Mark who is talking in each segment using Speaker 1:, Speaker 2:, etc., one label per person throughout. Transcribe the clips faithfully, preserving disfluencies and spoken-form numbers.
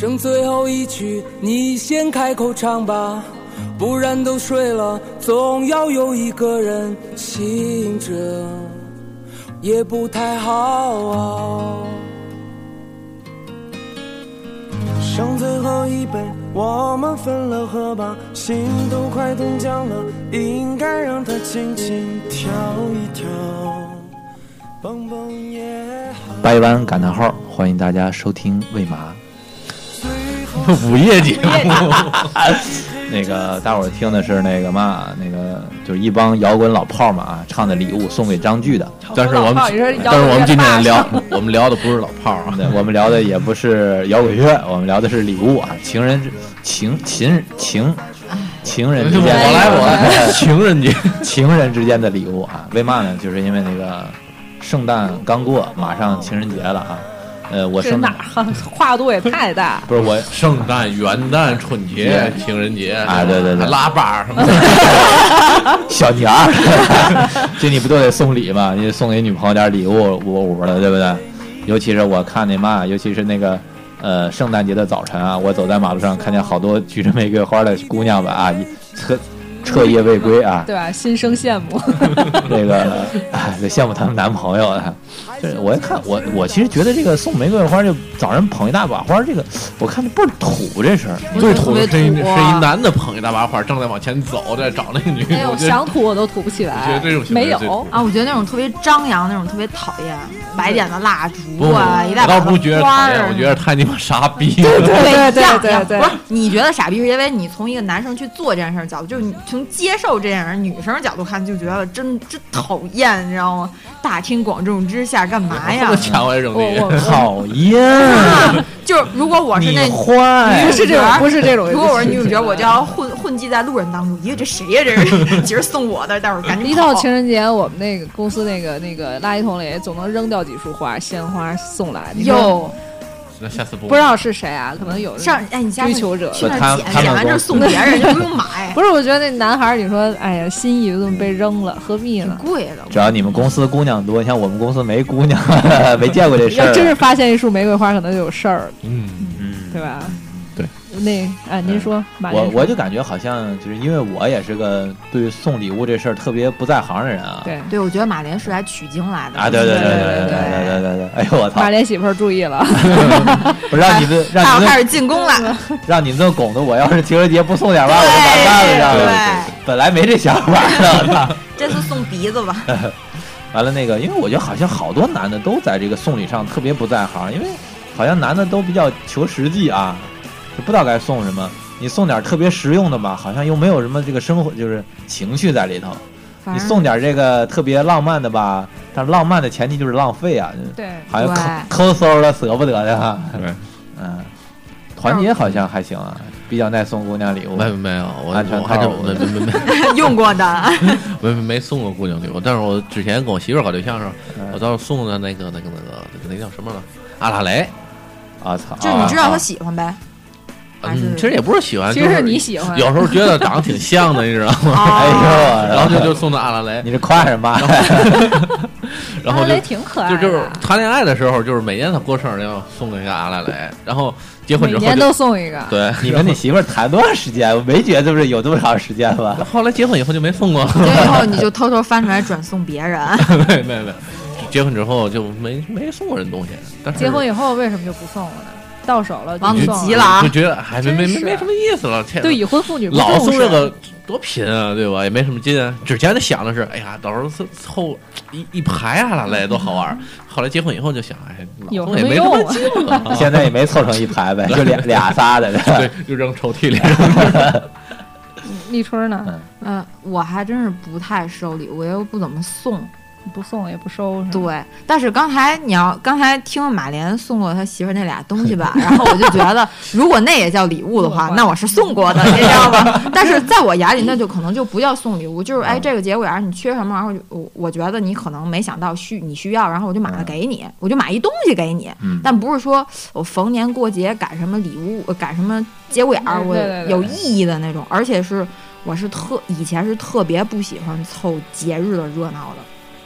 Speaker 1: 剩最后一曲，你先开口唱吧，不然都睡了，总要有一个人醒着，也不太好啊。剩最后一杯，我们分了喝吧，心都快冻僵了，应该让它轻轻跳一跳，蹦蹦也好。
Speaker 2: 掰弯感叹号，欢迎大家收听喂马
Speaker 3: 午夜节目。
Speaker 2: 那个大伙儿听的是那个嘛，那个就是一帮摇滚老炮嘛啊唱的礼物送给张炬的。
Speaker 3: 但是我们但是我们今天聊我们聊的不是老炮啊，
Speaker 2: 对，我们聊的也不是摇滚乐，我们聊的是礼物啊，情人情情情情人之间，
Speaker 3: 我来我来，情人节
Speaker 2: 情人之间的礼物啊，为嘛呢？就是因为那个圣诞刚过，马上情人节了啊。呃，我圣诞
Speaker 4: 跨度也太大，
Speaker 2: 不是我
Speaker 3: 圣诞、元旦、春节、情人节
Speaker 2: 啊，对对对，
Speaker 3: 拉巴什么的，
Speaker 2: 小年儿，这你不都得送礼吗？你送给女朋友点礼物，五五的，对不对？尤其是我看那嘛，尤其是那个呃圣诞节的早晨啊，我走在马路上，看见好多举着玫瑰花的姑娘们啊，彻彻夜未归啊，
Speaker 4: 对吧？心生羡慕，
Speaker 2: 这个哎，得羡慕他们男朋友啊。这我一看，我我其实觉得这个送玫瑰花，就早上捧一大把花，这个我看着倍儿土，这事儿
Speaker 3: 最土的是一是一男的捧一大把花，正在往前走，在找那个女的。
Speaker 4: 没有，想吐我都吐不起来。
Speaker 3: 觉得这种
Speaker 4: 没有
Speaker 5: 啊，我觉得那种特别张扬，那种特别讨厌，白点的蜡烛啊，一大把
Speaker 3: 我倒不觉得讨厌，我觉得太你妈傻逼
Speaker 4: 了。对对对对对，
Speaker 5: 不是你觉得傻逼，是因为你从一个男生去做这件事角度，就是你从接受这件事女生角度看，就觉得真真讨厌，你知道吗？大庭广众之下干嘛呀？
Speaker 3: 抢我扔你，
Speaker 2: 讨厌、
Speaker 5: 啊！就是如果我是那
Speaker 2: 坏，
Speaker 4: 不是这种，不是这种。
Speaker 5: 如果我是女主角，我就要混混迹在路人当中。咦，这谁呀？这是今儿送我的，待会儿赶紧跑。
Speaker 4: 一到情人节，我们那个公司那个那个垃圾桶里总能扔掉几束花，鲜花送来。
Speaker 5: 哟。
Speaker 3: 那下次不
Speaker 4: 不知道是谁啊？可能有
Speaker 5: 上哎，你
Speaker 4: 追求者
Speaker 5: 去那儿捡，捡完这送别人就不用买。
Speaker 4: 不是，我觉得那男孩你说，哎呀，心意就这么被扔了，何必呢？
Speaker 5: 贵了。
Speaker 2: 只要你们公司姑娘多，像我们公司没姑娘，没见过这事儿。
Speaker 4: 要真是发现一束玫瑰花，可能就有事儿。
Speaker 3: 嗯
Speaker 4: 嗯，对吧？
Speaker 3: 对。
Speaker 4: 那哎，您说，
Speaker 2: 我我就感觉好像就是因为我也是个对送礼物这事儿特别不在行的人啊。
Speaker 4: 对
Speaker 5: 对，我觉得马莲是来取经来的
Speaker 2: 啊！对对对对对对对对对！哎呦我操！
Speaker 4: 马莲媳妇儿注意了，
Speaker 2: 不让你们让你们
Speaker 5: 开始进攻了，
Speaker 2: 让你们这拱的，我要是情人节不送点吧，我就完蛋了，知道吗？本来没这想法的，
Speaker 5: 这次送鼻子吧。
Speaker 2: 完了那个，因为我觉得好像好多男的都在这个送礼上特别不在行，因为好像男的都比较求实际啊。就不知道该送什么，你送点特别实用的吧，好像又没有什么这个生活就是情绪在里头。你送点这个特别浪漫的吧，但是浪漫的前提就是浪费啊。
Speaker 4: 对，
Speaker 2: 好像抠抠搜的舍不得的哈。
Speaker 3: 对，
Speaker 2: 嗯，团结好像还行啊，比较耐送姑娘礼物。
Speaker 3: 没没有，我
Speaker 2: 安全
Speaker 3: 我还真没没没没
Speaker 5: 用过的，
Speaker 3: 没没送过姑娘礼物。但是我之前跟我媳妇搞对象的时候，我倒是送的那个那个那个那个叫什么了，阿拉蕾。
Speaker 2: 啊操！
Speaker 5: 就是你知道他喜欢呗。
Speaker 3: 嗯，其实也不是喜欢，
Speaker 4: 其实是你喜欢。
Speaker 3: 有时候觉得长得挺像的，你知道吗？
Speaker 2: 哎呦，
Speaker 3: 然后就就送到阿拉蕾，
Speaker 2: 你是夸什么？
Speaker 3: 然后就
Speaker 4: 挺可爱，
Speaker 3: 就就是谈恋爱的时候，就是每年他过生日要送给一个阿拉蕾，然后结婚之后
Speaker 4: 每年都送一个。
Speaker 3: 对，
Speaker 2: 你跟你媳妇儿谈多长时间？我没觉得不是有多长时间吧？
Speaker 3: 后来结婚以后就没送过，
Speaker 5: 结婚后你就偷偷翻出来转送别人。
Speaker 3: 没没没，结婚之后就没没送过人东西。但是
Speaker 4: 结婚以后为什么就不送了呢？到手了，
Speaker 5: 王子急了啊！
Speaker 3: 就觉得还没没没没什么意思了。
Speaker 4: 对已婚妇女
Speaker 3: 老送这个多贫啊，对吧？也没什么劲啊。之前就想的是，哎呀，到时候凑一一排阿拉蕾多好玩。后来结婚以后就想，哎，
Speaker 4: 有
Speaker 3: 也没什么劲了。
Speaker 2: 现在也没凑成一排呗，就俩俩仨的，
Speaker 3: 对，就扔抽屉里。
Speaker 4: 立春呢？
Speaker 5: 嗯、呃，我还真是不太收礼物，又不怎么送。
Speaker 4: 不送也不收，
Speaker 5: 对。但是刚才你要刚才听马莲送过他媳妇那俩东西吧，然后我就觉得，如果那也叫礼物的话，那我是送过的，你知道吗？但是在我眼里，那就可能就不叫送礼物，就是哎，这个节骨眼你缺什么，然后我我觉得你可能没想到需你需要，然后我就买了给你，我就买一东西给你，但不是说我逢年过节赶什么礼物，赶什么节骨眼儿，我有意义的那种，而且是我是特以前是特别不喜欢凑节日的热闹的。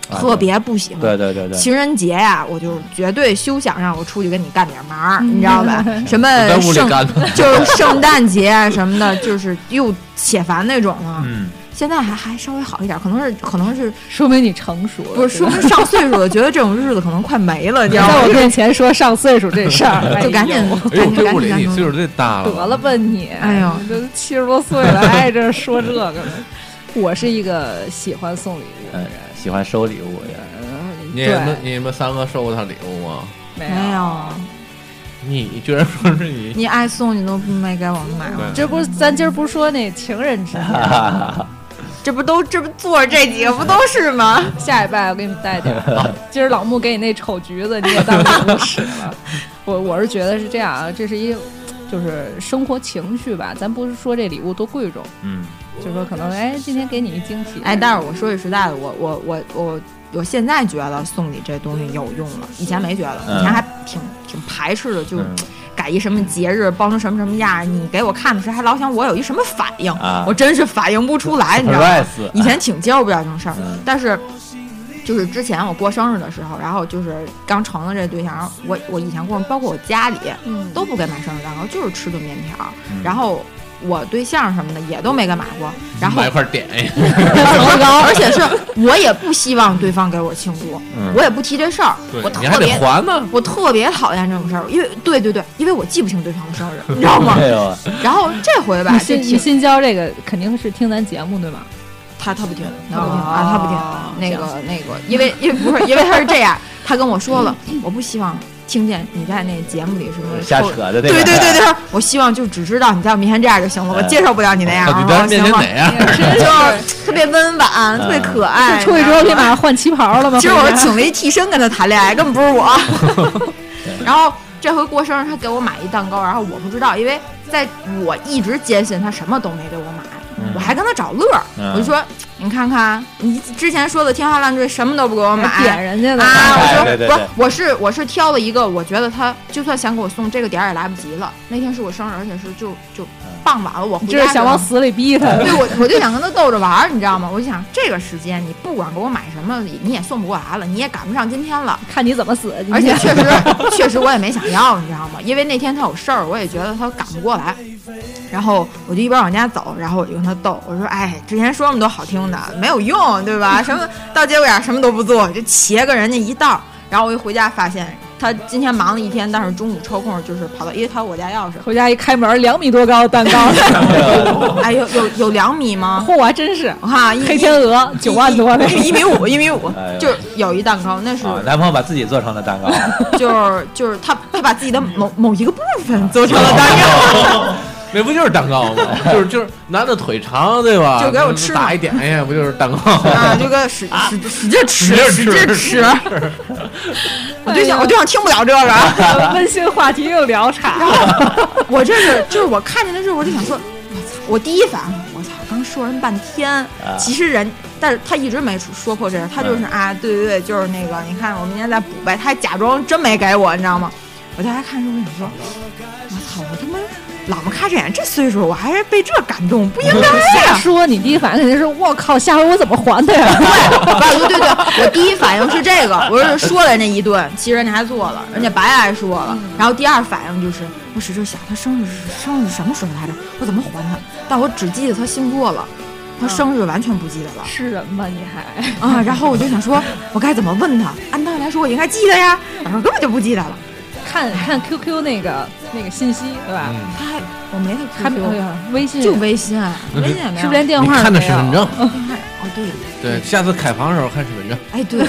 Speaker 5: 特别不喜欢。
Speaker 2: 对对对对，
Speaker 5: 情人节呀、啊，我就绝对休想让我出去跟你干点忙，你知道吧？什么圣就是圣诞节啊什么的，就是又且烦那种了。
Speaker 2: 嗯。
Speaker 5: 现在还还稍微好一点，可能是可能是
Speaker 4: 说明你成熟了，
Speaker 5: 不是说明上岁数了，觉得这种日子可能快没了，你知道吗？
Speaker 4: 在我面前说上岁数这事儿，
Speaker 5: 就赶紧
Speaker 3: 哎呦，这屋里你岁数最大了，
Speaker 4: 得了吧你！
Speaker 5: 哎呦，
Speaker 4: 都七十多岁了，还这说这个呢？我是一个喜欢送礼物的人，
Speaker 2: 喜欢收礼物的人。
Speaker 3: 你们你们三个收过他礼物吗？
Speaker 5: 没有。
Speaker 3: 你居然说是你？
Speaker 5: 你爱送你都没给我们买过，
Speaker 4: 这不是咱今儿不是说那情人节？
Speaker 5: 这不都这不坐着这几个不都是吗？
Speaker 4: 下礼拜我给你们带点儿。今儿老穆给你那丑橘子，你也当礼物使了。我我是觉得是这样啊，这是一就是生活情绪吧。咱不是说这礼物多贵重，
Speaker 2: 嗯，
Speaker 4: 就说可能哎今天给你一惊喜。
Speaker 5: 哎，但是我说句实在的，我我我我我现在觉得送礼这东西有用了，以前没觉得，以前还挺挺排斥的，就。嗯改一什么节日，包成什么什么样，你给我看的时候还老想我有一什么反应，啊、我真是反应不出来，你知道吗？以前挺接受不了这种事儿，嗯、但是就是之前我过生日的时候，然后就是刚成了这对象，然后我我以前过，包括我家里、嗯、都不给买生日蛋糕，就是吃顿面条，嗯、然后。我对象什么的也都没给买过，然后
Speaker 3: 买一块点呀，
Speaker 5: 而且是我也不希望对方给我庆祝，嗯、我也不提这事儿，我特别
Speaker 3: 你还得还呢，
Speaker 5: 我特别讨厌这种事儿，因为对对对，因为我记不清对方的生日，你知道吗？然后这回吧，
Speaker 4: 新你新交这个肯定是听咱节目对吗？
Speaker 5: 他他不听，他不听、哦、啊，他不听，那个那个，因为因为不是因为他是这样，他跟我说了，我不希望。听见你在那节目里什么
Speaker 2: 瞎扯的那个，
Speaker 5: 对对对对，我希望就只知道你在我面前这样就行了，我接受不了你那样。
Speaker 3: 你在面前哪样？
Speaker 5: 就是特别温婉，特别可爱。
Speaker 4: 出去之后立马换旗袍了吗？
Speaker 5: 其实我是请了一替身跟他谈恋爱，根本不是我。然后这回过生日，他给我买一蛋糕，然后我不知道，因为在我一直坚信他什么都没给我买，嗯、我还跟他找乐儿，嗯、我就说。你看看，你之前说的天花乱坠，什么都不给我买，
Speaker 4: 点人家的
Speaker 5: 啊！我说不是，我是我是挑了一个，我觉得他就算想给我送，这个点儿也来不及了。那天是我生日，而且是就就傍晚了，我回家
Speaker 4: 就是想往死里逼他。
Speaker 5: 对，我我就想跟他逗着玩，你知道吗？我就想这个时间你不管给我买什么，你也送不过来了，你也赶不上今天了，
Speaker 4: 看你怎么死。
Speaker 5: 而且确实确实我也没想要，你知道吗？因为那天他有事儿，我也觉得他赶不过来。然后我就一边往家走，然后我就跟他逗，我说：“哎，之前说那么多好听的，没有用，对吧？什么到节骨眼什么都不做，就切个人家一道。”然后我一回家发现他今天忙了一天，但是中午抽空就是跑到，因为他有我家钥匙，
Speaker 4: 回家一开门，两米多高的蛋糕，
Speaker 5: 哎，有有有两米吗？
Speaker 4: 嚯，还真是
Speaker 5: 哈！
Speaker 4: 黑天鹅九万多那
Speaker 5: 一米五，一米五，就有一蛋糕，那是、
Speaker 2: 啊、男朋友把自己做成了蛋糕，
Speaker 5: 就是就是他他把自己的某某一个部分做成了蛋糕。
Speaker 3: 那不就是蛋糕吗？就是就是男的腿长，对吧？
Speaker 5: 就给我吃
Speaker 3: 打一点呀，不就是蛋糕
Speaker 5: 啊？就给使使使劲吃，使劲吃。我就想，我就想听不了这个
Speaker 4: 温馨话题又聊岔。
Speaker 5: 我这是就是我看见的时候，我就想说，我操！我第一反应，我操！刚说人半天，其实人，但是他一直没说破这个，他就是啊，对对对，就是那个，你看我明天再补呗，他还假装真没给我，你知道吗？我在家看的时候，我想说，我操！我他妈。老么看这眼，这岁数我还是被这感动，不应该呀！
Speaker 4: 说你第一反应肯定是我靠，下回我怎么还他呀？
Speaker 5: 对，对对对，我第一反应是这个，我是说了人家一顿，其实人家还做了，人家白挨说了。然后第二反应就是，我使劲想他生日是生日什么时候来着？我怎么还他？但我只记得他星座了，他生日完全不记得了。
Speaker 4: 是人吗？你还
Speaker 5: 啊？然后我就想说，我该怎么问他？按道理来说我应该记得呀，然后根本就不记得了。
Speaker 4: 看看 Q Q 那个那个信息对吧？
Speaker 5: 嗯、他还我没他
Speaker 4: Q Q，微信
Speaker 5: 就微信，微信也没有，
Speaker 4: 是不是连电话？
Speaker 3: 你看的身份证？
Speaker 5: 哦对
Speaker 3: 对，下次开房的时候看身份证。
Speaker 5: 哎对。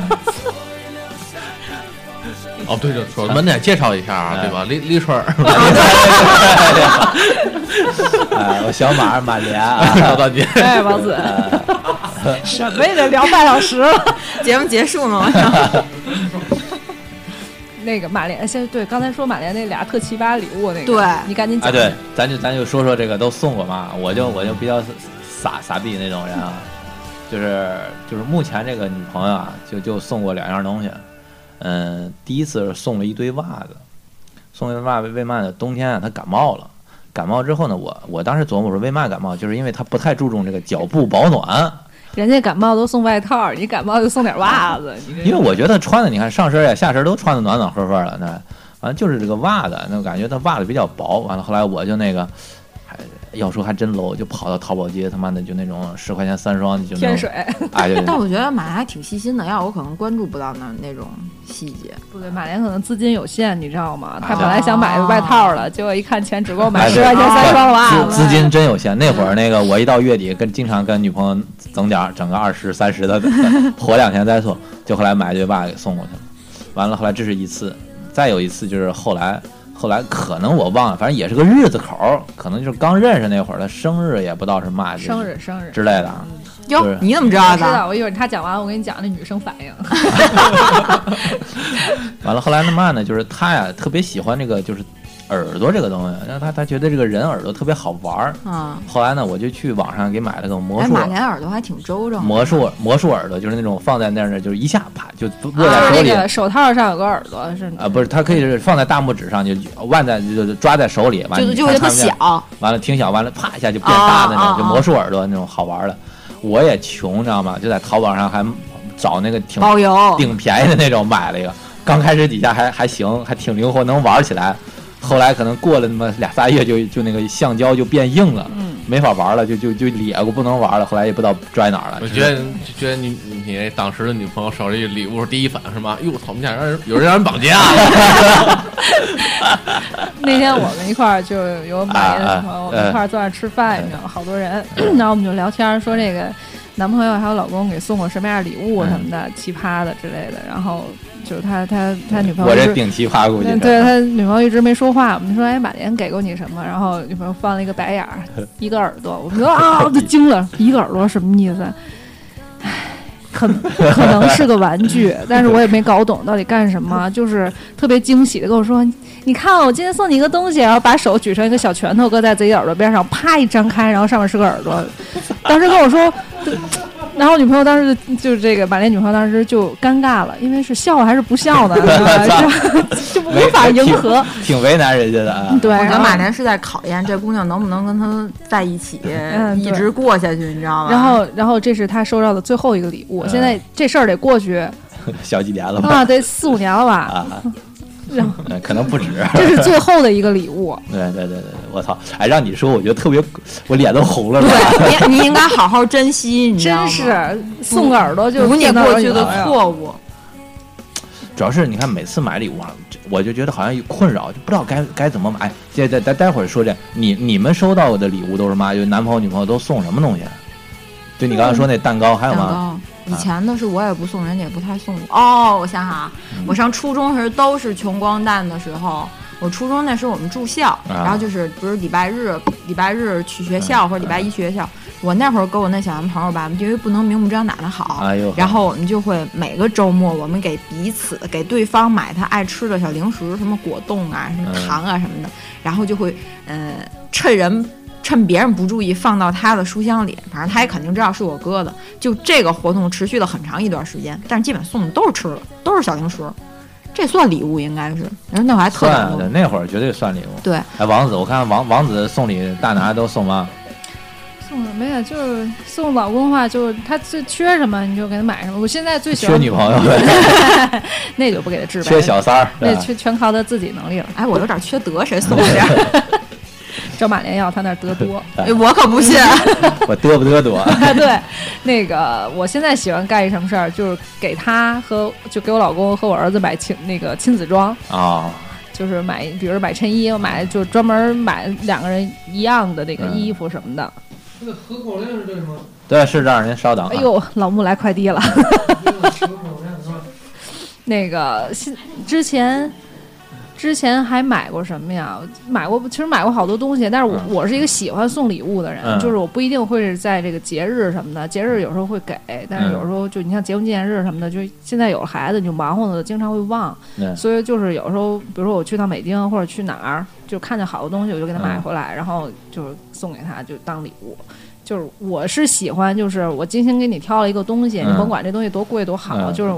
Speaker 3: 哦对对，说我们得介绍一下啊，对吧？李李春儿，
Speaker 2: 啊，我小马马莲啊，
Speaker 3: 大姐，
Speaker 4: 哎，王子，什么也得聊半小时了，
Speaker 5: 节目结束了吗？
Speaker 4: 那个马莲，现在对刚才说马莲那俩特奇葩礼物那个，
Speaker 5: 对
Speaker 4: 你赶紧讲。
Speaker 2: 啊，对，咱就咱就说说这个都送过嘛，我就我就比较傻傻逼那种人啊，就是就是目前这个女朋友啊，就就送过两样东西，嗯，第一次送了一堆袜子，送了一堆袜子为嘛呢？冬天啊，她感冒了，感冒之后呢，我我当时琢磨说为嘛感冒，就是因为她不太注重这个脚部保暖。
Speaker 4: 人家感冒都送外套，你感冒就送点袜子。
Speaker 2: 因为我觉得穿的，你看上身呀、下身都穿的暖暖和和的，那完了就是这个袜子，那我感觉它袜子比较薄。完了后来我就那个，还要说还真 low，就跑到淘宝街，他妈的就那种十块钱三双，就
Speaker 4: 天水。
Speaker 2: 哎，对对。
Speaker 5: 但我觉得马还挺细心的，要我可能关注不到那那种细节。
Speaker 4: 不对，马莲可能资金有限，你知道吗？他本来想买外套了，结果一看钱只够买十块钱三双袜
Speaker 2: 子。资金真有限。那会儿那个我一到月底跟经常跟女朋友整点整个二十三十的，活两天再说。就后来买一对袜给送过去了。完了后来这是一次，再有一次就是后来。后来可能我忘了，反正也是个日子口，可能就是刚认识那会儿，他生日也不知道是嘛，
Speaker 4: 生日生日
Speaker 2: 之类的。
Speaker 5: 哟、就是，你怎么知道的？
Speaker 4: 知道，我一会儿他讲完，我跟你讲那女生反应。
Speaker 2: 完了，后来那嘛呢，就是他呀特别喜欢这个就是耳朵这个东西，让他他觉得这个人耳朵特别好玩儿。
Speaker 5: 嗯。
Speaker 2: 后来呢，我就去网上给买了个魔术。
Speaker 5: 哎，马莲耳朵还挺周正。
Speaker 2: 魔术魔术耳朵就是那种放在那儿，就是一下啪就握在手里。
Speaker 4: 啊、那个手套上有个耳朵是？
Speaker 2: 啊，不是，它可以是放在大拇指上，就腕在就抓在手里，完了
Speaker 5: 就就特小，
Speaker 2: 完了挺小，完了啪一下就变大的那种，
Speaker 5: 哦、
Speaker 2: 就魔术耳朵那种好玩的。我也穷，你知道吗？就在淘宝上还找那个挺
Speaker 5: 包邮、
Speaker 2: 挺便宜的那种买了一个。刚开始底下还还行，还挺灵活，能玩起来。后来可能过了那么俩仨月就，就就那个橡胶就变硬了，
Speaker 4: 嗯，
Speaker 2: 没法玩了，就就就咧过，不能玩了。后来也不知道拽哪儿了。
Speaker 3: 我觉得就觉得你你当时的女朋友手里礼物第一反应是吗？哟，我们家让人有人让人绑架了。
Speaker 4: 那天我们一块儿就有马莲的朋友，我们一块儿坐那吃饭，你知道吗？好多人，然后我们就聊天说这个男朋友还有老公给送过什么样的礼物什么的，奇葩的之类的，然后。就是他他他女朋友，
Speaker 2: 我这顶奇葩估计。
Speaker 4: 对他女朋友一直没说话，我们说哎马莲给过你什么？然后女朋友翻了一个白眼儿，一个耳朵。我们说啊，我都惊了，一个耳朵什么意思？唉，可可能是个玩具，但是我也没搞懂到底干什么。就是特别惊喜的跟我说，你看我今天送你一个东西，然后把手举成一个小拳头，搁在自己耳朵边上，啪一张开，然后上面是个耳朵。当时跟我说。然后女朋友当时就就是这个马莲女朋友当时就尴尬了，因为是笑还是不笑呢？就无法迎合，
Speaker 2: 挺为难人家的啊。
Speaker 4: 对，
Speaker 5: 我觉得马莲是在考验这姑娘能不能跟他在一起，嗯、一直过下去，你知道吗？
Speaker 4: 然后，然后这是他收到的最后一个礼物，嗯、现在这事儿得过去
Speaker 2: 小几年了吧？
Speaker 4: 啊，得四五年了吧？
Speaker 2: 啊。嗯，可能不止。
Speaker 4: 这是最后的一个礼物。
Speaker 2: 对对对对，我操！哎，让你说，我觉得特别，我脸都红了。
Speaker 5: 对，你你应该好好珍惜，你知道吗？
Speaker 4: 真是送个耳朵就
Speaker 5: 补你过去的错误。
Speaker 2: 主要是你看，每次买礼物啊，我就觉得好像有困扰，就不知道该该怎么买。接着待待会儿说这，你你们收到的礼物都是嘛？就男朋友女朋友都送什么东西？就你刚才说那蛋糕，还有吗？
Speaker 5: 以前的是我也不送人家，也不太送我。哦，我想想啊，嗯、我上初中时都是穷光蛋的时候。我初中那时候我们住校，
Speaker 2: 啊、
Speaker 5: 然后就是不是礼拜日礼拜日去学校、嗯、或者礼拜一去学校。我那会儿跟我那小男朋友吧，因为不能明目张胆的好，
Speaker 2: 哎呦，
Speaker 5: 然后我们就会每个周末我们给彼此给对方买他爱吃的小零食，什么果冻啊、什么糖啊什么的，嗯、然后就会呃趁人。趁别人不注意放到他的书箱里，反正他也肯定知道是我哥的。就这个活动持续了很长一段时间，但是基本送的都是吃的，都是小零食，这算礼物应该是。然后那会儿还特
Speaker 2: 算的，那会儿绝对算礼物。
Speaker 5: 对，
Speaker 2: 哎，王子，我看王王子送礼大拿都送吗？
Speaker 4: 送什么呀？就是送老公的话，就是他最缺什么你就给他买什么。我现在最喜欢
Speaker 2: 缺女朋友，
Speaker 4: 那就不给他治呗。
Speaker 2: 缺小三儿，
Speaker 4: 那全全靠他自己能力了。
Speaker 5: 哎，我有点缺德，谁送点？
Speaker 4: 找马莲要他那儿得多，
Speaker 5: 我可不信。
Speaker 2: 我得不得多？
Speaker 4: 对，那个我现在喜欢干一什么事儿，就是给他和就给我老公和我儿子买亲那个亲子装
Speaker 2: 啊、哦，
Speaker 4: 就是买，比如买衬衣，我买就专门买两个人一样的那个衣服什么的。
Speaker 1: 这个河口令是这吗？
Speaker 2: 对，是这样。您稍等、啊。
Speaker 4: 哎呦，老木来快递了。那个之前。之前还买过什么呀？买过，其实买过好多东西，但是我、嗯、我是一个喜欢送礼物的人、嗯，就是我不一定会是在这个节日什么的，节日有时候会给，但是有时候就你像结婚纪念日什么的，就现在有了孩子，你就忙活的经常会忘、
Speaker 2: 嗯，
Speaker 4: 所以就是有时候，比如说我去趟北京或者去哪儿，就看见好的东西，我就给他买回来，嗯、然后就是送给他，就当礼物。就是我是喜欢，就是我精心给你挑了一个东西，
Speaker 2: 嗯、
Speaker 4: 你甭管这东西多贵多好，嗯、就是我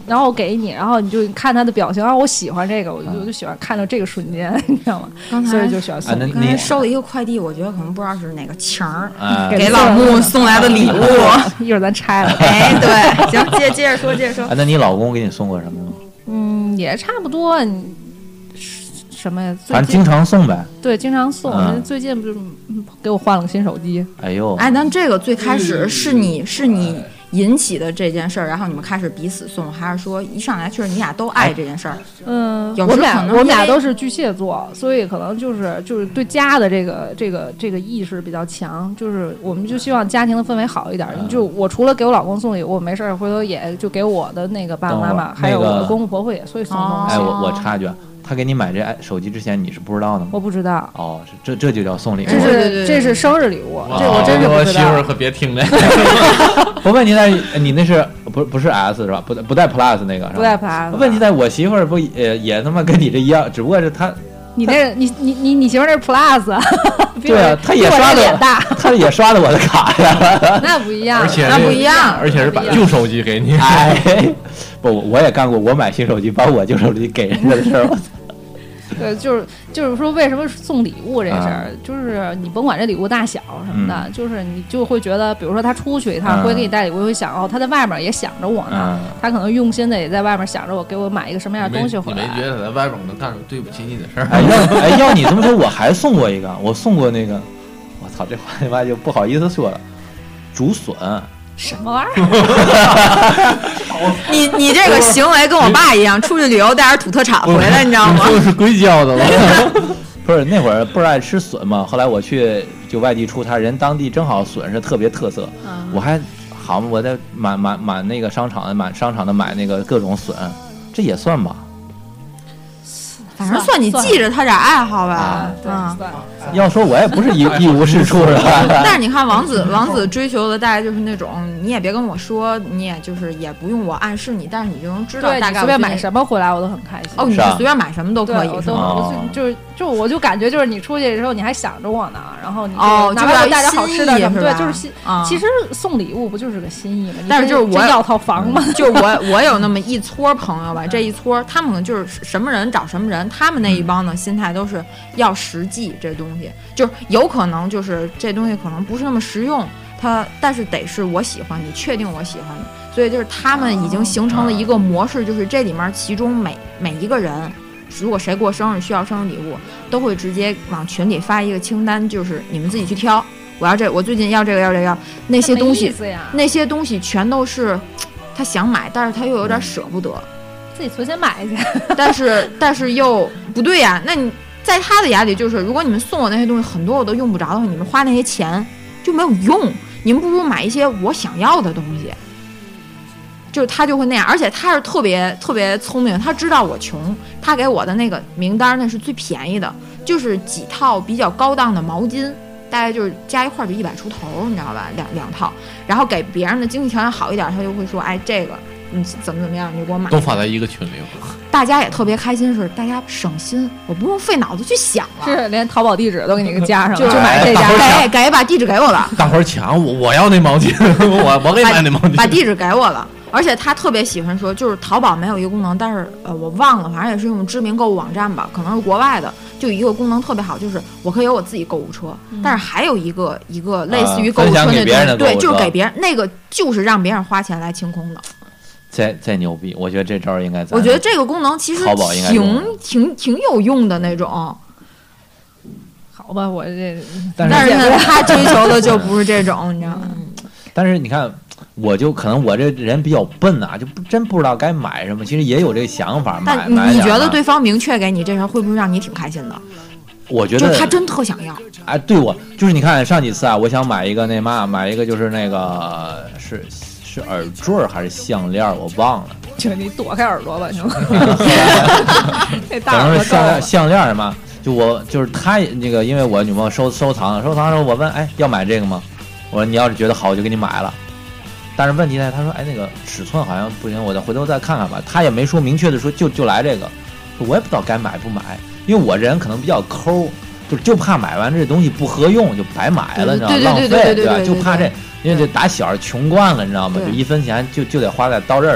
Speaker 4: 然后给你，然后你就看他的表情，啊，我喜欢这个，我就我就喜欢看到这个瞬间，你知道吗？
Speaker 5: 刚才
Speaker 4: 所以就喜欢送。
Speaker 2: 啊那
Speaker 5: 刚才收了一个快递，我觉得可能不知道是哪个情儿，
Speaker 2: 啊
Speaker 5: 给老穆送来的礼物。
Speaker 4: 一会儿咱拆了。
Speaker 5: 哎，对，行，接接着说，接着说。
Speaker 2: 啊，那你老公给你送过什么吗？
Speaker 4: 嗯，也差不多。你什么呀？
Speaker 2: 反正经常送呗。
Speaker 4: 对，经常送。
Speaker 2: 嗯、
Speaker 4: 最近不是给我换了个新手机？
Speaker 2: 哎呦，
Speaker 5: 哎，但这个最开始是你是你引起的这件事儿，然后你们开始彼此送，还是说一上来就是你俩都爱这件事儿？
Speaker 4: 嗯，
Speaker 5: 有
Speaker 4: 我们俩
Speaker 5: 时可能
Speaker 4: 我们俩
Speaker 5: 因为
Speaker 4: 都是巨蟹座，所以可能就是就是对家的这个这个这个意识比较强，就是我们就希望家庭的氛围好一点。
Speaker 2: 嗯、
Speaker 4: 就我除了给我老公送礼物，没事儿回头也就给我的那个爸爸妈妈，还有我的公公婆婆也会送东西。
Speaker 2: 哎，我我插一句。他给你买这手机之前，你是不知道的吗？
Speaker 4: 我不知道。
Speaker 2: 哦，是这这就叫送礼物。
Speaker 4: 这是这是生日礼物，这我真是不知道。
Speaker 3: 我媳妇儿可别听这个。
Speaker 2: 我问题在你那是不不是 S 是吧？不不带 Plus 那个是吧？
Speaker 4: 不带 Plus。
Speaker 2: 问题在我媳妇儿不也也他妈跟你这一样，只不过是她。
Speaker 4: 你那你你你你媳妇儿那是 Plus。
Speaker 2: 对啊，她也刷的，她也刷的我的卡呀。
Speaker 4: 那不一样，
Speaker 3: 而且
Speaker 5: 那不一样，
Speaker 3: 而且是把旧手机给你。
Speaker 2: 哎，不，我也干过，我买新手机把我旧手机给人家的事儿。
Speaker 4: 对，就是就是说，为什么送礼物这事儿，
Speaker 2: 嗯、
Speaker 4: 就是你甭管这礼物大小什么的，
Speaker 2: 嗯、
Speaker 4: 就是你就会觉得，比如说他出去一趟，会给你带礼物，会想哦，他在外面也想着我呢，
Speaker 2: 嗯、
Speaker 4: 他可能用心的也在外面想着我，给我买一个什么样的东西回来。
Speaker 3: 你没觉得在外边能干出对不起你的事儿？
Speaker 2: 哎，要哎要你这么说，我还送过一个，我送过那个，我操，这话他妈就不好意思说了，竹笋。
Speaker 4: 什么玩意儿？
Speaker 5: 你你这个行为跟我爸一样，出去旅游带点土特产回来，你知道吗？
Speaker 3: 这是硅胶的了。
Speaker 2: 不是那会儿不是爱吃笋嘛，后来我去就外地出差，人当地正好笋是特别特色，
Speaker 4: 嗯、
Speaker 2: 我还好嘛，我在满满满那个商场的满商场的买那个各种笋，这也算吧。
Speaker 5: 反正算你记着他点爱好吧，
Speaker 2: 啊、
Speaker 4: 对，
Speaker 5: 嗯。
Speaker 2: 要说我也不是一一无是处的，
Speaker 5: 但是你看王子，王子追求的大概就是那种，你也别跟我说，你也就是也不用我暗示你，但是你就能知道大概
Speaker 4: 随便买什么回来我都很开心。
Speaker 5: 哦，你随便买什么都可以，
Speaker 4: 我
Speaker 5: 是吗？
Speaker 4: 我就就是就我就感觉就是你出去的时候你还想着我呢，然后你
Speaker 5: 哦，
Speaker 4: 哪怕带点好吃的什么，对，就是心。其实送礼物不就是个心意吗？
Speaker 5: 但是就是我
Speaker 4: 要套房嘛，
Speaker 5: 就我我有那么一撮朋友吧，这一撮他们可能就是什么人找什么人，他们那一帮的心态都是要实际这东西，就是有可能就是这东西可能不是那么实用，它但是得是我喜欢你，确定我喜欢你，所以就是他们已经形成了一个模式，就是这里面其中每每一个人，如果谁过生日需要生日礼物，都会直接往群里发一个清单，就是你们自己去挑，我要这，我最近要这个要这个要那些东西，那些东西全都是他想买，但是他又有点舍不得，
Speaker 4: 自己存钱买去，
Speaker 5: 但是但是又不对呀，那你。在他的眼里，就是如果你们送我那些东西很多我都用不着的话，你们花那些钱就没有用，你们不如买一些我想要的东西。就是他就会那样，而且他是特别特别聪明，他知道我穷，他给我的那个名单那是最便宜的，就是几套比较高档的毛巾，大概就是加一块就一百出头，你知道吧？两两套，然后给别人的经济条件好一点，他就会说，哎，这个你怎么怎么样，你就给我买。
Speaker 3: 都发在一个群里了。
Speaker 5: 大家也特别开心，是大家省心，我不用费脑子去想了，
Speaker 4: 是连淘宝地址都给你给加上了，
Speaker 5: 就
Speaker 4: 就买这家，
Speaker 5: 给给把地址给我了，
Speaker 3: 大伙儿抢我，我要那毛巾，我我给买那毛巾，
Speaker 5: 把地址给我了。而且他特别喜欢说，就是淘宝没有一个功能，但是呃我忘了，反正也是用知名购物网站吧，可能是国外的，就一个功能特别好，就是我可以有我自己购物车，嗯、但是还有一个一个类似于购物车那种，
Speaker 2: 啊、
Speaker 5: 对，就是给别人那个就是让别人花钱来清空的。
Speaker 2: 再再牛逼，我觉得这招应该。
Speaker 5: 我觉得这个功能其实挺挺挺有用的那种。
Speaker 4: 好吧，我这
Speaker 2: 但是
Speaker 5: 但是他追求的就不是这种，你知道吗？
Speaker 2: 但是你看，我就可能我这人比较笨啊，就不真不知道该买什么。其实也有这个想法，买
Speaker 5: 但
Speaker 2: 买。
Speaker 5: 你觉得对方明确给你这事儿，会不会让你挺开心的？
Speaker 2: 我觉得
Speaker 5: 就是他真特想要。
Speaker 2: 哎，对我就是你看上几次啊，我想买一个那嘛，买一个就是那个是。是耳坠还是项链我忘了，
Speaker 4: 就你躲开耳朵吧，行吗？
Speaker 2: 那大耳朵项链项链嘛，就我就是他那个，因为我女朋友收收藏收藏的时候，我问哎要买这个吗？我说你要是觉得好我就给你买了，但是问题呢，他说哎那个尺寸好像不行，我再回头再看看吧。他也没说明确的说就就来这个，我也不知道该买不买，因为我这人可能比较抠，就就怕买完这东西不合用就白买了，你知道吗？浪费对吧？就怕这。因为这打小穷惯了，你知道吗？就一分钱就就得花在刀刃上，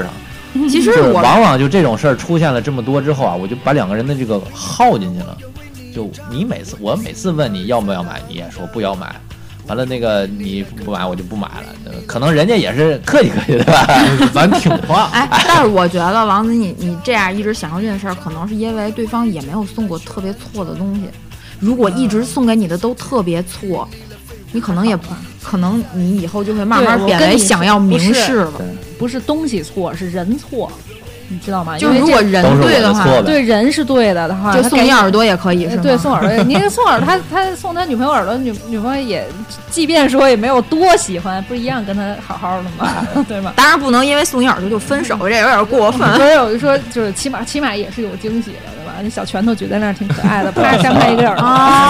Speaker 5: 其实
Speaker 2: 就是
Speaker 5: 我
Speaker 2: 往往就这种事儿出现了这么多之后啊，我就把两个人的这个耗进去了。就你每次我每次问你要不要买，你也说不要买，完了那个你不买我就不买了。可能人家也是客气客气，对吧？
Speaker 3: 咱听话。
Speaker 5: 哎，但是我觉得王子你你这样一直享受这件事儿，可能是因为对方也没有送过特别错的东西。如果一直送给你的都特别错，你可能也不可能，你以后就会慢慢变为想要明示了。
Speaker 4: 不是东西错，是人错。你知道吗？
Speaker 5: 就是如果人对的话，
Speaker 4: 对人是对的的话，
Speaker 5: 就送你耳朵也可以，是吗？
Speaker 4: 对，送耳朵。你送耳朵，他他送他女朋友耳朵，女女朋友也，即便说也没有多喜欢，不是一样跟他好好的吗？对吗？
Speaker 5: 当然不能因为送你耳朵就分手，这有点过分。
Speaker 4: 所以我就说，就是起码起码也是有惊喜的，对吧？那小拳头举在那儿挺可爱的，啪扇开一个耳朵，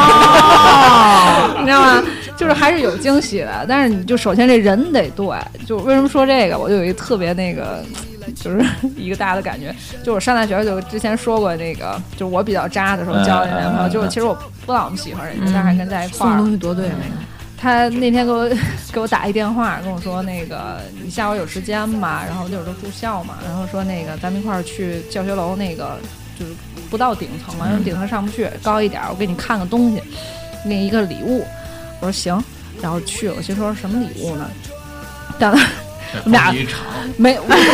Speaker 4: 你知道吗？就是还是有惊喜的，但是你就首先这人得对。就为什么说这个？我就有一特别那个。就是一个大的感觉，就我上大学就之前说过那个，就是我比较渣的时候交的男朋友，就是其实我不老那么喜欢人家，但是还跟在一块儿。
Speaker 5: 送东西多对那个。
Speaker 4: 他那天给我给我打一电话，跟我说那个你下午有时间吗？然后那会儿都住校嘛，然后说那个咱们一块儿去教学楼那个就是不到顶层嘛，因为顶层上不去，高一点，我给你看个东西，给你一个礼物。我说行，然后去，我心说什么礼物呢？到那。我们俩没，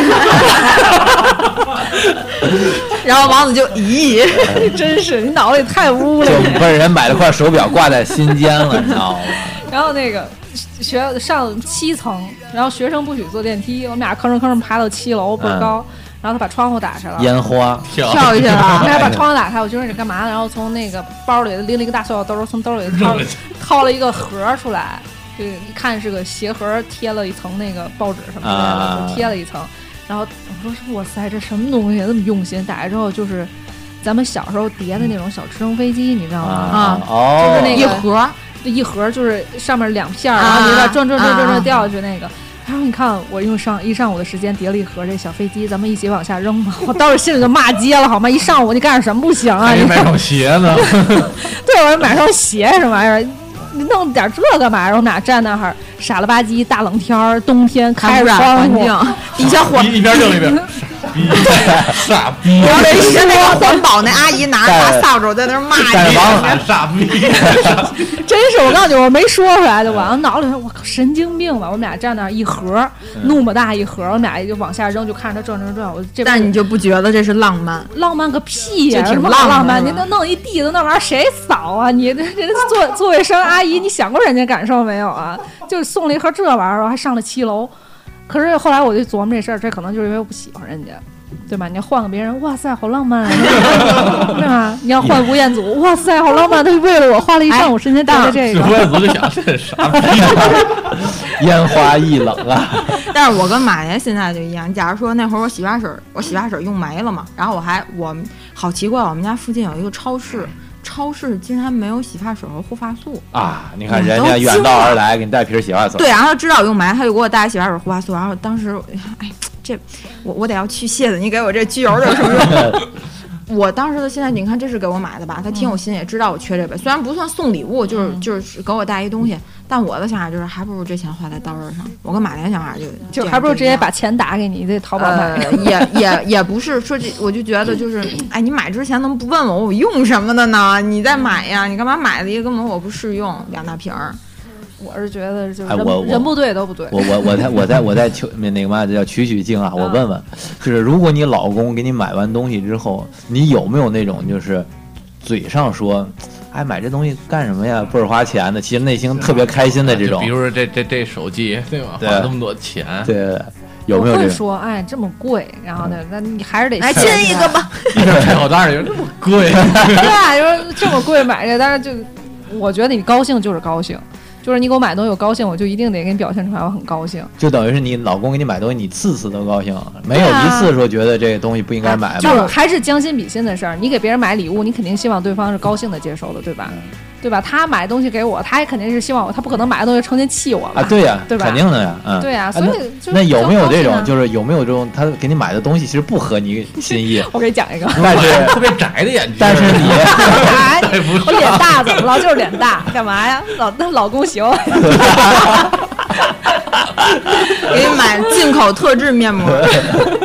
Speaker 5: 然后王子就咦，
Speaker 4: 真是你脑子里太污了。
Speaker 2: 就不是人买了块手表挂在心间了，你知道吗？
Speaker 4: 然后那个学上七层，然后学生不许坐电梯，我们俩吭哧吭哧爬到七楼，倍儿高。嗯，然后他把窗户打开了，
Speaker 2: 烟花
Speaker 5: 跳下去了。
Speaker 4: 他还把窗户打开，我就说你干嘛？然后从那个包里拎了一个大塑料兜，从兜里掏掏了一个盒出来。就一看是个鞋盒，贴了一层那个报纸什么之类的，啊，就贴了一层。然后我说哇塞，这什么东西这么用心？打开之后就是咱们小时候叠的那种小直升飞机，你知道吗？
Speaker 2: 啊，哦，
Speaker 4: 就是那个
Speaker 5: 一盒，
Speaker 4: 一盒就是上面两片，然后你把转转转转转掉下去那个。他说：“你看，我用上一上午的时间叠了一盒这小飞机，咱们一起往下扔吧。”我当时心里就骂街了，好吗？一上午你干点什么不行啊？
Speaker 3: 你买双鞋呢？
Speaker 4: 对，我说买双鞋什么玩意儿？你弄点这干嘛？然后我们俩站那儿，傻了吧唧，大冷天儿，冬天开着窗户，
Speaker 5: 底下火
Speaker 3: 一边扔一边，傻逼！
Speaker 5: 然后底下那个环保那阿姨拿着大扫帚在那骂你，
Speaker 3: 傻逼！
Speaker 4: 真是，我告诉你，我没说出来就完了，脑里说我靠神经病吧！我们俩站那儿一盒那么大一盒，我们俩就往下扔，就看着它转转转。我这
Speaker 5: 但你就不觉得这是浪漫？
Speaker 4: 浪漫个屁呀！
Speaker 5: 什么
Speaker 4: 浪漫？你能弄一地子那玩意儿谁扫啊？你这这做做卫生阿姨，你想过人家感受没有啊？就送了一盒这玩意儿，还上了七楼。可是后来我就琢磨这事儿，这可能就是因为我不喜欢人家。对吧？你要换个别人，哇塞，好浪漫啊！对吧？你要换吴彦祖，哇塞，好浪漫！他为了我花了一上午时间带的这个。
Speaker 3: 吴彦祖就想这傻逼，
Speaker 2: 烟花易冷啊！
Speaker 5: 但是我跟马爷现在就一样。假如说那会儿我洗发水，我洗发水用没了嘛，然后我还我好奇怪，我们家附近有一个超市。超市竟然没有洗发水和护发素
Speaker 2: 啊！你看人家远道而来给你带瓶洗发水，
Speaker 5: 对，然后他知道我用没，他就给我带洗发水、护发素。然后当时，哎，这我我得要去屑子，你给我这机油有什么用？我当时的现在，你看这是给我买的吧？他挺有心，也知道我缺这个，虽然不算送礼物，就是、嗯、就是给我带一东西，但我的想法就是，还不如这钱花在刀刃上。我跟马莲想法就
Speaker 4: 就还不如直接把钱打给你，在淘宝买。
Speaker 5: 呃、也也也不是说这，我就觉得就是，哎，你买之前能不问我我用什么的呢？你再买呀，你干嘛买了一个根本我不适用两大瓶儿？
Speaker 4: 我是觉得就是
Speaker 2: 人、哎、我
Speaker 4: 人不对都不对。
Speaker 2: 我我我在我在我在求那个嘛叫取取经啊！我问问，就是如果你老公给你买完东西之后，你有没有那种就是嘴上说，哎买这东西干什么呀？倍儿花钱的，其实内心特别开心的这种。
Speaker 3: 比如说这这这手机对吧？花那么多钱，
Speaker 2: 对。有没有这
Speaker 4: 会说哎这么贵，然后呢，那你还是得
Speaker 5: 来亲一个吧。
Speaker 3: 一边拆好单儿这么贵，
Speaker 4: 对啊，就是这么贵买这，但是就我觉得你高兴就是高兴。就是你给我买东西我高兴，我就一定得给你表现出来我很高兴。
Speaker 2: 就等于是你老公给你买东西，你次次都高兴，没有一次说觉得这个东西不应该买。
Speaker 4: 就是还是将心比心的事儿。你给别人买礼物，你肯定希望对方是高兴的接受的，对吧？嗯、对吧？他买东西给我，他也肯定是希望我，他不可能买的东西成天气我吧？
Speaker 2: 啊，对呀、
Speaker 4: 啊，对吧？
Speaker 2: 肯定的呀，嗯，
Speaker 4: 对呀、啊。所以、啊、
Speaker 2: 那, 那有没有这种，就是有没有这种，他给你买的东西其实不合你心意？
Speaker 4: 我给你讲一个，
Speaker 2: 但是
Speaker 3: 特别窄的眼睛，
Speaker 2: 但是你，
Speaker 4: 我脸大怎么了？就是脸大，干嘛呀？老那老公行。
Speaker 5: 给你买进口特制面膜，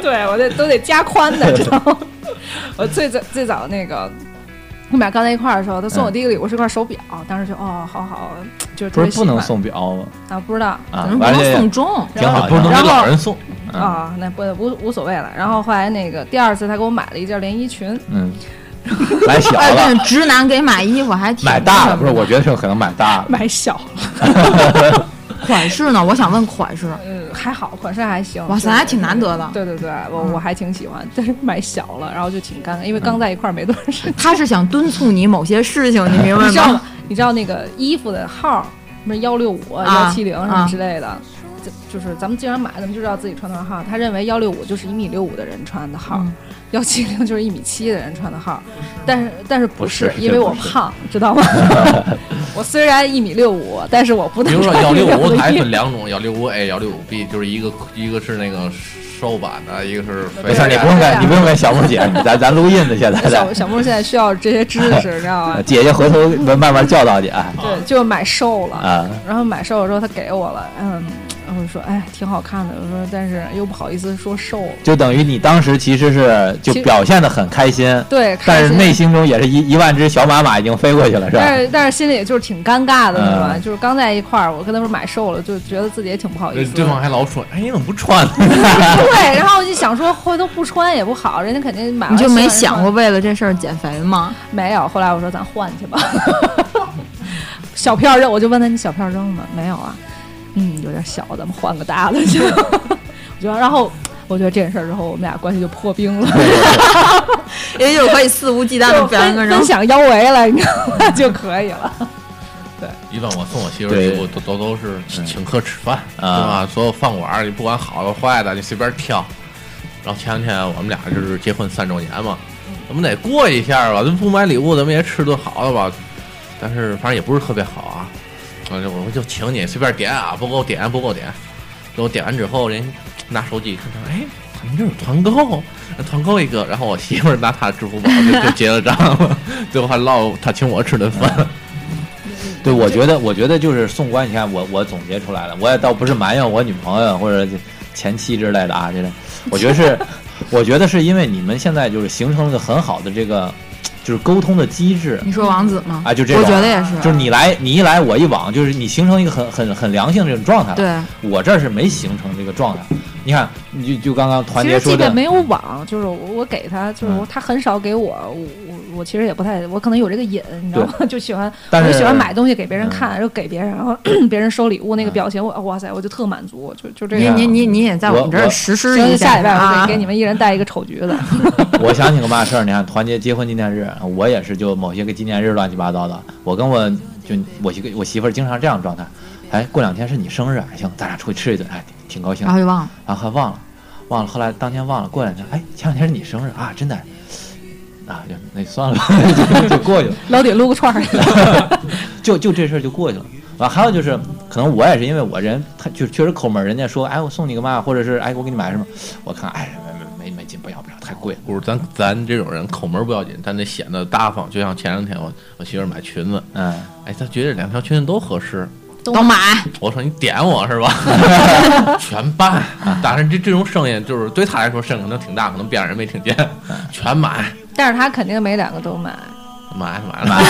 Speaker 4: 对我得都得加宽的，知道吗？我最早最早那个。我们俩刚在一块儿的时候，他送我第一个礼物是块手表，嗯、当时就哦，好好，就是特别喜欢。
Speaker 2: 不是不能送表吗？
Speaker 4: 啊，不知道，
Speaker 2: 啊，
Speaker 5: 不能送钟，
Speaker 2: 挺好，
Speaker 3: 不能给老人送
Speaker 4: 啊，那不无无所谓了。然后后来那个第二次，他给我买了一件连衣裙，
Speaker 2: 嗯，买小了。
Speaker 5: 哎，直男给买衣服还挺
Speaker 2: 买大了，不是？我觉得是可能买大了，
Speaker 4: 买小了。
Speaker 5: 款式呢？我想问款式。
Speaker 4: 嗯，还好，款式还行。
Speaker 5: 哇塞，还挺难得的。
Speaker 4: 对对对，我我还挺喜欢，但是买小了，然后就挺尴尬，因为刚在一块儿没多长时间。
Speaker 5: 他是想敦促你某些事情，你明白吗？
Speaker 4: 你知道你知道那个衣服的号，什么幺六五、幺七零什么之类的，就就是咱们经常买，咱们就知道自己穿多少号。他认为幺六五就是一米六五的人穿的号。幺七零就是一米七的人穿的号，但是但是不是，因为我胖，知道吗？我虽然一米六五，但是我不能穿。
Speaker 3: 比如说幺六五，它还分两种，幺六五 A、幺六五 B， 就是一个一个是那个瘦版的，一个是。
Speaker 2: 没事，你不用跟你不用跟小木姐，咱咱录音的现在。
Speaker 4: 小小木现在需要这些知识，知道吗？
Speaker 2: 姐姐回头慢慢教导你啊。
Speaker 4: 对，就买瘦了
Speaker 2: 啊，
Speaker 4: 然后买瘦了之后，他给我了，嗯。然后说，哎，挺好看的。我说，但是又不好意思说瘦了，
Speaker 2: 就等于你当时其实是就表现得很开心，
Speaker 4: 对，
Speaker 2: 但是内心中也是一一万只小马马已经飞过去了，是吧？
Speaker 4: 但是但是心里也就是挺尴尬的，是吧？嗯、就是刚在一块儿，我跟他们买瘦了，就觉得自己也挺不好意思。
Speaker 3: 对方还老说，哎，你怎么不穿？
Speaker 4: 对，然后我就想说，回头不穿也不好，人家肯定买。
Speaker 5: 你就没想过为了这事儿减肥吗？
Speaker 4: 没有。后来我说咱换去吧，小票扔，我就问他你小票扔吗？没有啊。嗯，有点小，咱们换个大的去。我觉得，然后我觉得这件事儿之后，我们俩关系就破冰了，
Speaker 5: 也就可以肆无忌惮的表现个人
Speaker 4: 分享腰围了，你知道吗？就可以了。对，
Speaker 3: 一般我送我媳妇儿礼物都都都是请客吃饭，对吧？所有饭馆你不管好的坏的，你随便挑。然后前两天我们俩就是结婚三周年嘛，咱们得过一下吧，咱不买礼物，咱们也吃顿好的吧。但是反正也不是特别好啊。我就请你随便点啊，不够点不够点，给我点完之后，人拿手机看看，哎，他们这有团购，团购一个，然后我媳妇儿拿她支付宝就就结了账了，最后还落她请我吃顿饭。
Speaker 2: 对，我觉得，我觉得就是送关系，看我我总结出来了，我也倒不是埋怨我女朋友或者前妻之类的啊，这个，我觉得是，我觉得是因为你们现在就是形成了个很好的这个。就是沟通的机制，
Speaker 5: 你说王子吗？
Speaker 2: 啊，就这种，
Speaker 5: 我觉得也是，
Speaker 2: 就是你来你一来我一往，就是你形成一个很很很良性的这种状态。
Speaker 5: 对，
Speaker 2: 我这是没形成这个状态。你看，你就就刚刚团结说的，
Speaker 4: 其实即便没有网，就是我给他，就是他很少给我，我我我其实也不太，我可能有这个瘾，你知道吗？就喜欢，我就喜欢买东西给别人看，然后给别人，然后别人收礼物那个表情，我哇塞，我就特满足，就就这样。
Speaker 5: 你你你也在我们这儿实施一下，
Speaker 4: 下礼拜我得给你们一人带一个丑橘子。
Speaker 2: 我想起个嘛事儿，你看团结结婚纪念日，我也是就某些个纪念日乱七八糟的，我跟我就我媳我媳妇儿经常这样状态，哎，过两天是你生日，行，咱俩出去吃一顿，哎，挺高兴。
Speaker 5: 然后就忘了，
Speaker 2: 然后还忘了。忘了，后来当天忘了，过两天，哎，前两天是你生日啊，真的，啊，就那算了，就, 就过去了。
Speaker 4: 老得撸个串儿，
Speaker 2: 就就这事儿就过去了。啊，还有就是，可能我也是因为我人，他就确实抠门，人家说，哎，我送你个嘛，或者是哎，我给你买什么，我看，哎，没没没劲，不要不要，太贵了。
Speaker 3: 不是咱咱这种人抠门不要紧，咱得显得大方。就像前两天我我媳妇买裙子，
Speaker 2: 嗯，
Speaker 3: 哎，她觉得两条裙子都合适。
Speaker 5: 都买，
Speaker 3: 我说你点我是吧？全办。当然这这种声音就是对他来说声音可能挺大，可能别人没听见。全买，
Speaker 4: 但是他肯定没两个都买。
Speaker 3: 买买买，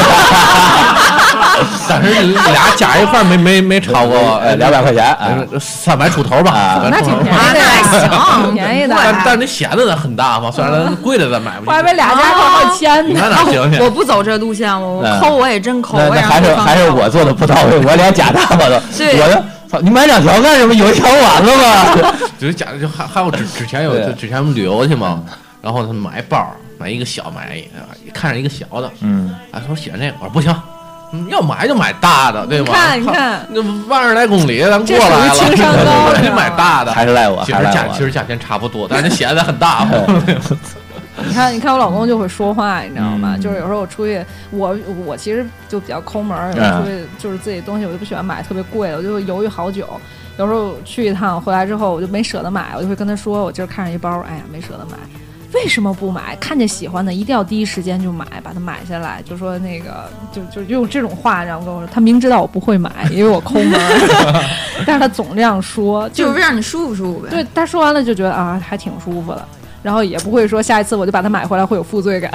Speaker 3: 但是你俩加一块没没没超过
Speaker 2: 呃两百块钱，
Speaker 3: 三百出头吧，
Speaker 4: 那挺便宜的，
Speaker 5: 行，
Speaker 4: 便宜的。
Speaker 3: 但但你显得咱很大嘛，虽然贵的咱买不起。
Speaker 4: 我还为俩加好好签呢。
Speaker 5: 我不走这路线，我抠我也真抠，我也
Speaker 2: 还是还是我做的不到位，我俩假大发的，
Speaker 5: 对，
Speaker 2: 我操，你买两条干什么？有一条完了吗？
Speaker 3: 就是假的，就还还有之之前有之前我们旅游去嘛，然后他买包。买一个小，买一看上一个小的，
Speaker 2: 嗯，
Speaker 3: 啊，他说喜欢这个，我说不行，要买就买大的，对吗？
Speaker 4: 看，你看，
Speaker 3: 那万十来公里咱过来了，
Speaker 4: 情商高，
Speaker 3: 你买大的，
Speaker 2: 还是赖我，
Speaker 3: 其实价其实价钱差不多，但是显得很大嘛。
Speaker 4: 你看，你看我老公就会说话，你知道吗？嗯、就是有时候我出去，我我其实就比较抠门，有时候出去就是自己东西我就不喜欢买特别贵的，我就会犹豫好久。有时候去一趟回来之后，我就没舍得买，我就会跟他说，我今儿看上一包，哎呀，没舍得买。为为什么不买？看见喜欢的一定要第一时间就买，把它买下来。就说那个，就就用这种话，然后跟我说，他明知道我不会买，因为我抠门，但是他总这样说，
Speaker 5: 就是为让你舒服舒服呗。
Speaker 4: 对，他说完了就觉得啊，还挺舒服的，然后也不会说下一次我就把它买回来会有负罪感。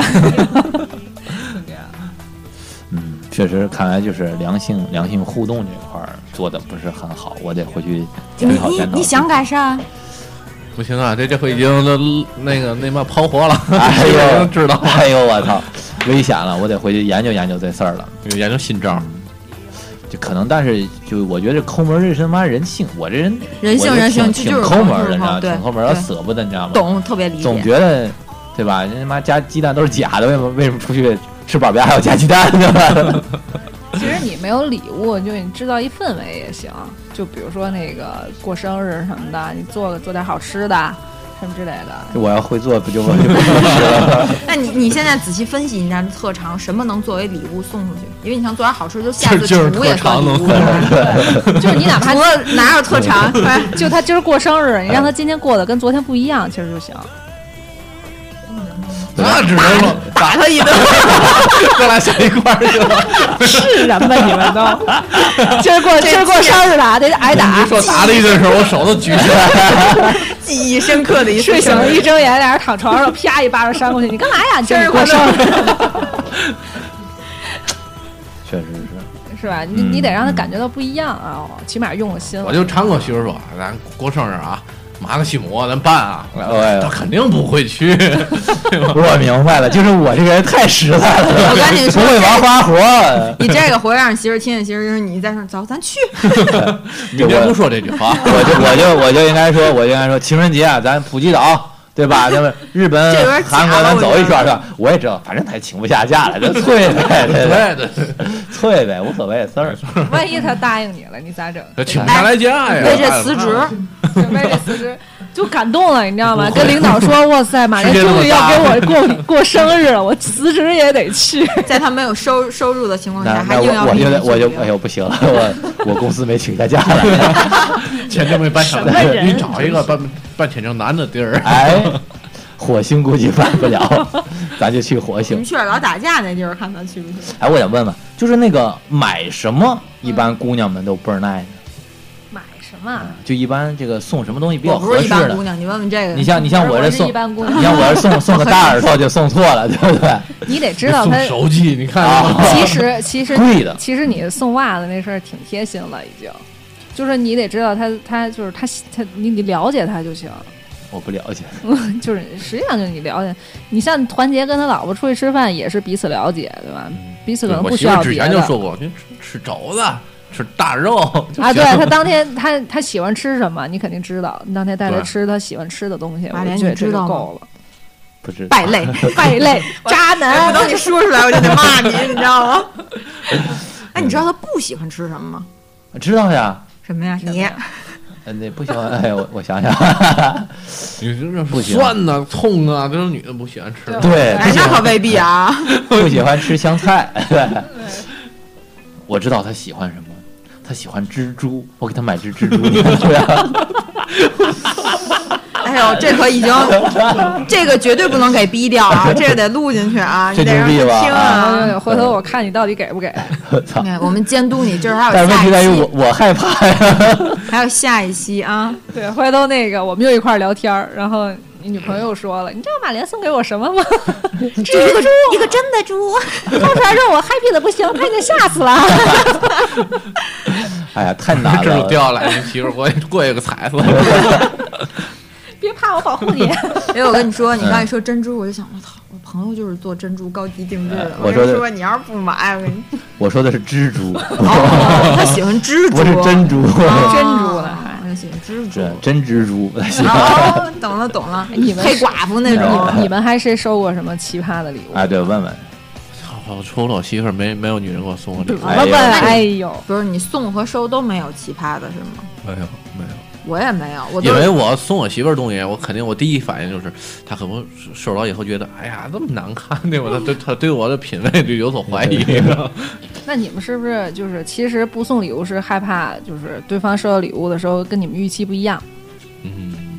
Speaker 2: 嗯，确实，看来就是良性良性互动这块儿做的不是很好，我得回去检讨检讨。
Speaker 5: 你你想改善？
Speaker 3: 不行啊，这这回已经都那个那嘛抛活了，
Speaker 2: 哎呦，
Speaker 3: 知道，
Speaker 2: 哎呦我操，危险了，我得回去研究研究这事儿了，
Speaker 3: 研究新招。
Speaker 2: 就可能，但是就我觉得抠门这是他妈人性，我这人
Speaker 5: 人性人性
Speaker 2: 挺抠门的，你知道吗？
Speaker 5: 对
Speaker 2: 挺抠门，我舍不得，你知道吗？
Speaker 5: 懂，特别理解。
Speaker 2: 总觉得，对吧？人他妈加鸡蛋都是假的，为什么为什么出去吃板边还要加鸡蛋，对吧？
Speaker 4: 其实你没有礼物，就你制造一氛围也行。就比如说那个过生日什么的，你做个做点好吃的什么之类的。
Speaker 2: 我要会做，不就不就不吃了？
Speaker 5: 那你你现在仔细分析你家的特长，什么能作为礼物送出去？因为你想做点好吃，就下次厨也算礼物。
Speaker 4: 就是你哪怕
Speaker 5: 哪有特长，
Speaker 4: 就他今儿过生日，你让他今天过得跟昨天不一样，其实就行。
Speaker 3: 那只能说
Speaker 5: 打他一顿，
Speaker 3: 咱俩想一块儿去了。
Speaker 4: 是人吧你们都？今儿过今儿过生日了，得挨打。
Speaker 3: 你说打了一顿时候，我手都举起来。
Speaker 5: 记忆深刻的一次。
Speaker 4: 睡醒了一睁眼，俩人躺床上，啪一巴掌扇过去，你干嘛呀？今儿过生日。
Speaker 2: 确实是，
Speaker 4: 是吧？你你得让他感觉到不一样啊，起码用了心了。
Speaker 3: 我就常跟媳妇说，咱过生日啊。马克西姆，咱办啊！
Speaker 2: 哎、
Speaker 3: 他肯定不会去。
Speaker 2: 我明白了，就是我这个人太实在了。
Speaker 5: 我赶紧说，
Speaker 2: 不会玩花活。
Speaker 5: 你这个回让媳妇听见，媳妇就是你在说，走，咱去。
Speaker 3: 你别不说这句话，
Speaker 2: 我就我就我就应该说，我就应该说，情人节啊，咱普吉岛。对吧？咱们日本、韩国，咱走一圈是吧？我也知道，反正他也请不下假了，就催呗，对
Speaker 3: 对对，
Speaker 2: 催呗，无所谓事儿。
Speaker 4: 万一他答应你了，你咋整？
Speaker 3: 请不下来假呀！
Speaker 5: 为这辞职，
Speaker 4: 为这辞职就感动了，你知道吗？跟领导说：“哇塞，马上终于要给我过过生日了，我辞职也得去。”
Speaker 5: 在他没有收收入的情况下，还硬要
Speaker 2: 我就我就哎呦不行了，我我公司没请下假了，
Speaker 3: 签证没办成，你找一个办办签证难的地儿。
Speaker 2: 哎。火星估计办不了，咱就去火星。
Speaker 5: 你去老打架那地儿，看咱去不去？
Speaker 2: 哎，我想问问，就是那个买什么，一般姑娘们都倍儿耐呢？
Speaker 4: 买什么？
Speaker 2: 就一般这个送什么东西比较合适的？
Speaker 5: 我不是一般姑娘，你问问这个。
Speaker 2: 你像你像我这送，
Speaker 4: 一般姑娘，
Speaker 2: 你像我这送送个大耳朵就送错了，对不对？
Speaker 4: 你得知道他
Speaker 3: 手机，你看，
Speaker 4: 其实其实
Speaker 2: 贵的，
Speaker 4: 其实你送袜子那事儿挺贴心了，已经。就是你得知道他他就是他他你你了解他就行。
Speaker 2: 我不了解，
Speaker 4: 就是实际上就是你了解，你像团结跟他老婆出去吃饭也是彼此了解，对吧？彼此可能不需要别的。
Speaker 3: 我媳妇之前就说过，你吃吃肘子，吃大肉
Speaker 4: 啊。对他当天他他喜欢吃什么，你肯定知道。你当天带他吃他喜欢吃的东西，我觉得这就够了。
Speaker 2: 不是
Speaker 5: 败类，
Speaker 4: 败类，渣男！
Speaker 5: 不等你说出来，我就得骂你，你知道吗？哎，你知道他不喜欢吃什么吗？
Speaker 2: 知道呀。
Speaker 5: 什么呀？你。
Speaker 2: 嗯，那不喜欢。哎，我我想想，
Speaker 3: 你这不蒜呐、葱啊，这种女的不喜欢吃。
Speaker 2: 对，
Speaker 5: 哎，那可未必啊。
Speaker 2: 不喜欢吃香菜。对，我知道他喜欢什么，他喜欢蜘蛛，我给他买只蜘蛛，你看对啊。
Speaker 5: 哎呦，这可已经，这个绝对不能给逼掉啊！这个得录进去啊，你得让他听啊。
Speaker 4: 回头我看你到底给不给。
Speaker 2: 我操！
Speaker 5: 我们监督你，就是还有
Speaker 2: 但问题在于我我害怕呀。
Speaker 5: 还有下一期啊，
Speaker 4: 对，回头那个我们又一块聊天，然后你女朋友说了，你知道马莲送给我什么吗？蜘蛛，
Speaker 5: 一个真的猪，
Speaker 4: 掏出来让我 happy 的不行，他已经吓死了。
Speaker 2: 哎呀，太难了！
Speaker 3: 这掉下来，你媳妇过过一个彩子。
Speaker 4: 别怕，我保护你。
Speaker 5: 因为我跟你说，你刚才说珍珠，我就想，我操，我朋友就是做珍珠高级定制的。
Speaker 2: 我说
Speaker 5: 说你要是不买，我跟你。
Speaker 2: 我说的是蜘蛛。
Speaker 5: 哦，他喜欢蜘蛛，
Speaker 2: 不是珍珠，
Speaker 5: 珍珠了，还他喜欢蜘蛛，
Speaker 2: 真蜘蛛。
Speaker 5: 哦，懂了懂了，
Speaker 4: 你们
Speaker 5: 黑寡妇那种。
Speaker 4: 你们还谁收过什么奇葩的礼物？
Speaker 2: 哎，对，问问。
Speaker 3: 我除了我媳妇儿，没没有女人给我送过礼物。
Speaker 4: 问问，哎呦，
Speaker 5: 不是你送和收都没有奇葩的是吗？
Speaker 3: 没有没有。
Speaker 5: 我也没有，我
Speaker 3: 因为我送我媳妇儿东西，我肯定我第一反应就是，她可能收到以后觉得，哎呀，这么难看，对吧？她对她对我的品味就有所怀疑。
Speaker 4: 那你们是不是就是其实不送礼物是害怕，就是对方收到礼物的时候跟你们预期不一样？
Speaker 3: 嗯，
Speaker 4: 是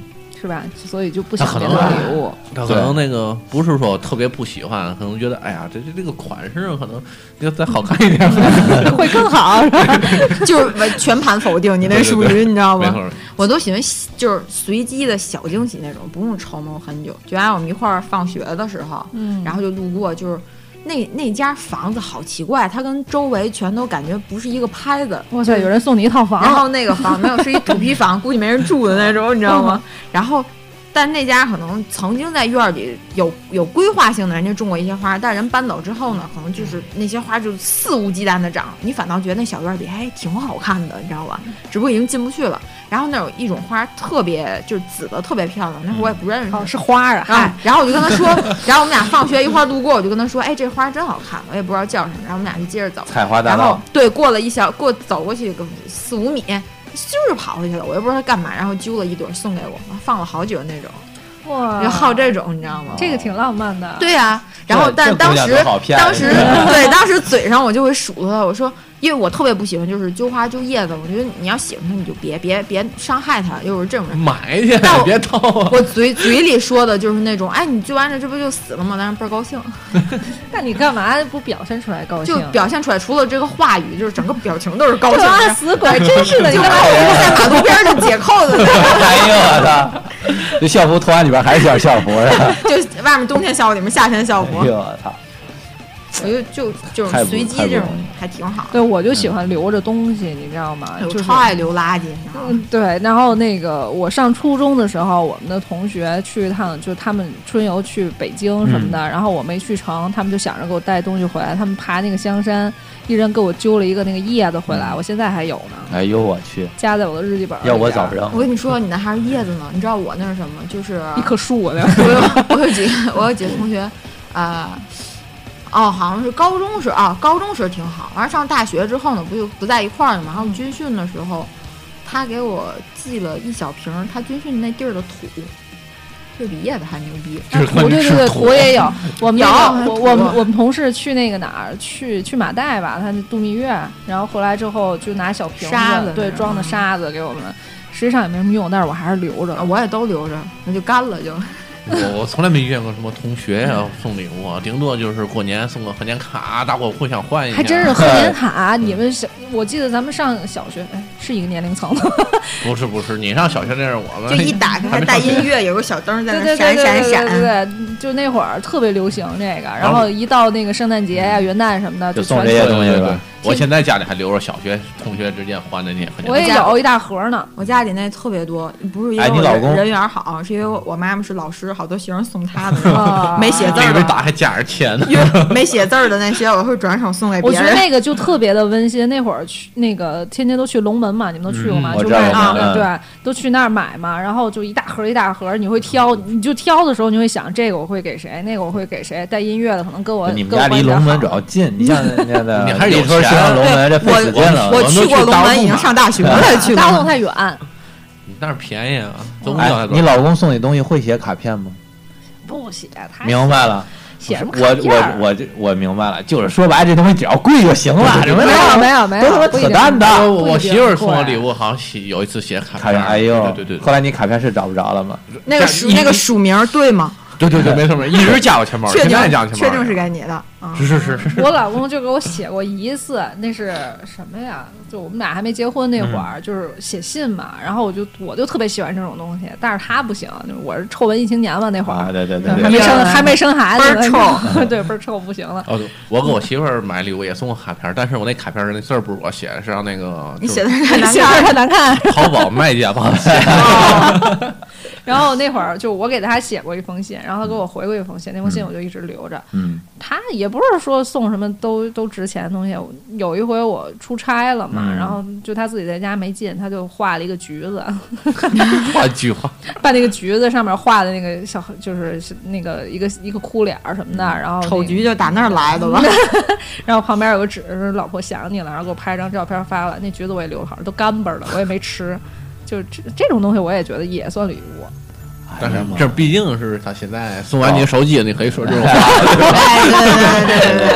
Speaker 4: 是吧？所以就不想给他礼物。
Speaker 3: 他可能那个不是说特别不喜欢，可能觉得哎呀，这这这个款式可能要再好看一点
Speaker 4: 会更好，
Speaker 5: 就是全盘否定你那属于你知道吗？
Speaker 3: 没错，
Speaker 5: 我都喜欢就是随机的小惊喜那种，不用筹谋很久。就按我们一块儿放学的时候，嗯，然后就路过，就是那那家房子好奇怪，它跟周围全都感觉不是一个拍子。
Speaker 4: 哇塞，有人送你一套房，
Speaker 5: 然后那个房没有是一土坯房，估计没人住的那种，你知道吗？然后。但那家可能曾经在院里有有规划性的，人家种过一些花，但人搬走之后呢，可能就是那些花就肆无忌惮的长，你反倒觉得那小院里还挺好看的，你知道吧？只不过已经进不去了。然后那有一种花特别就是紫的特别漂亮，那会儿我也不认识，
Speaker 4: 哦，是花啊，
Speaker 5: 哎，然后我就跟他说，然后我们俩放学一块儿路过，我就跟他说，哎，这花真好看，我也不知道叫什么，然后我们俩就接着走，
Speaker 2: 采花大道，
Speaker 5: 然后对，过了一小过走过去个四五米，就是跑回去了，我也不知道他干嘛，然后揪了一朵送给我，放了好久那种。
Speaker 4: 哇，
Speaker 5: 就好这种，你知道吗？
Speaker 4: 这个挺浪漫的。
Speaker 5: 对呀、啊，然后但当时当时对当时嘴上我就会数他，我说，因为我特别不喜欢就是揪花揪叶子，我觉得你要喜欢他你就别别别伤害他，又是这种人
Speaker 3: 买去，别偷、啊。
Speaker 5: 我嘴嘴里说的就是那种，哎，你揪完这这不就死了吗？但是倍儿高兴。
Speaker 4: 那你干嘛不表现出来高兴？
Speaker 5: 就表现出来，除了这个话语，就是整个表情都是高兴的。
Speaker 4: 啊、死鬼，真是的！
Speaker 5: 就看我在马路边就解扣子。
Speaker 2: 哎呦我操！这校服脱完里边还是件校服是吧？
Speaker 5: 就外面冬天校服，里面夏天校服。
Speaker 2: 哎呦我操！
Speaker 5: 我就就就是随机这种还挺好。
Speaker 4: 对，我就喜欢留着东西，你知道吗？
Speaker 5: 我
Speaker 4: 就是
Speaker 5: 超爱留垃圾。
Speaker 4: 嗯，对。然后那个我上初中的时候，我们的同学去一趟，就他们春游去北京什么的，嗯、然后我没去成，他们就想着给我带东西回来。他们爬那个香山，一人给我揪了一个那个叶子回来，嗯、我现在还有呢。
Speaker 2: 哎呦我去！
Speaker 4: 夹在我的日记本里。
Speaker 2: 要我早扔。
Speaker 5: 我跟你说，你那还是叶子呢。你知道我那是什么？就是
Speaker 4: 一棵树。我有
Speaker 5: 我有几个我有几个同学啊。呃哦，好像是高中时啊，高中时挺好。完了上大学之后呢，不就不在一块儿了嘛。然后军训的时候，他给我寄了一小瓶他军训那地儿的土，这比叶子还牛逼。
Speaker 4: 土对对对，土也有。我们有我我们我们同事去那个哪儿去去马代吧，他那度蜜月，然后回来之后就拿小瓶子对装的沙子给我们，实际上也没什么用，但是我还是留着，
Speaker 5: 我也都留着，那就干了就。
Speaker 3: 我我从来没遇见过什么同学呀送礼物，顶多就是过年送个贺年卡，大伙互相换一下。
Speaker 4: 还真是贺年卡，你们小，我记得咱们上小学，哎，是一个年龄层的。
Speaker 3: 不是不是，你上小学那是我们。
Speaker 5: 就一打开还带音乐，有个小灯在那闪闪闪。
Speaker 4: 对对对，就那会儿特别流行这个，然后一到那个圣诞节呀、元旦什么的，
Speaker 2: 就送这些东西吧。
Speaker 3: 我现在家里还留着小学同学之间换的那些贺年卡。
Speaker 4: 我也有一大盒呢，
Speaker 5: 我家里那特别多，不是因为我人缘好，是因为我妈妈是老师，好多学生送她的，没写字儿的。
Speaker 3: 打开加点钱呢，
Speaker 5: 因为没写字儿的那些，我会转手送给别人。
Speaker 4: 我觉得那个就特别的温馨。那会儿去那个天天都去龙门嘛，你们都去过吗？
Speaker 2: 嗯、
Speaker 4: 就卖那个，对，都去那儿买嘛。然后就一大盒一大盒，你会挑，你就挑的时候，你会想这个我会给谁，那个我会给谁。带音乐的可能跟我
Speaker 2: 你们家离龙门主要近，你像人家的，
Speaker 3: 你还是有
Speaker 2: 钱。龙门这费时间了。
Speaker 5: 我去过龙门，已经上大学了，去
Speaker 4: 大路太远。
Speaker 3: 你那是便宜啊！
Speaker 2: 哎，你老公送你东西会写卡片吗？
Speaker 4: 不写，他
Speaker 2: 明白了。
Speaker 4: 写什么
Speaker 2: 我我我我明白了，就是说白，这东西只要贵就行了。
Speaker 4: 没有没有没有，
Speaker 2: 都他妈扯淡的。
Speaker 3: 我我媳妇儿送我礼物，好像写有一次写卡
Speaker 2: 片，哎呦，
Speaker 3: 对对对。
Speaker 2: 后来你卡片是找不着了吗？
Speaker 5: 那个署那个署名对吗？
Speaker 3: 对对对，没错没错，一直加我钱包，
Speaker 5: 确定
Speaker 3: 加我钱包，
Speaker 5: 确定是给你的。
Speaker 3: 是是是是。
Speaker 4: 我老公就给我写过一次，那是什么呀？就我们俩还没结婚那会儿，就是写信嘛。然后我就我就特别喜欢这种东西，但是他不行，就是我是臭文艺青年嘛那会儿，
Speaker 2: 对对对，
Speaker 4: 还没生还没生孩子，
Speaker 5: 倍儿臭，
Speaker 4: 对倍儿臭不行了。
Speaker 3: 哦，我给我媳妇儿买礼物也送过卡片，但是我那卡片那字儿不是我写的，是让那个
Speaker 5: 你写的太难
Speaker 4: 看，太难看，
Speaker 3: 淘宝卖家帮我写。
Speaker 4: 然后那会儿就我给他写过一封信，然后他给我回过一封信，那封信我就一直留着。
Speaker 2: 嗯，
Speaker 4: 他也不是说送什么都都值钱的东西。有一回我出差了嘛，
Speaker 2: 嗯、
Speaker 4: 然后就他自己在家没劲，他就画了一个橘子，
Speaker 3: 画菊花，
Speaker 4: 把那个橘子上面画的那个小就是那个一个一个哭脸什么的，然后、那个、
Speaker 5: 丑橘就打那儿来的了。
Speaker 4: 然后旁边有个纸，说老婆想你了，然后给我拍张照片发了。那橘子我也留好了，都干巴了，我也没吃。就这这种东西，我也觉得也算礼物。
Speaker 3: 但是这毕竟是他现在送完你手机，你可以说这种话。
Speaker 5: 对对对对对对，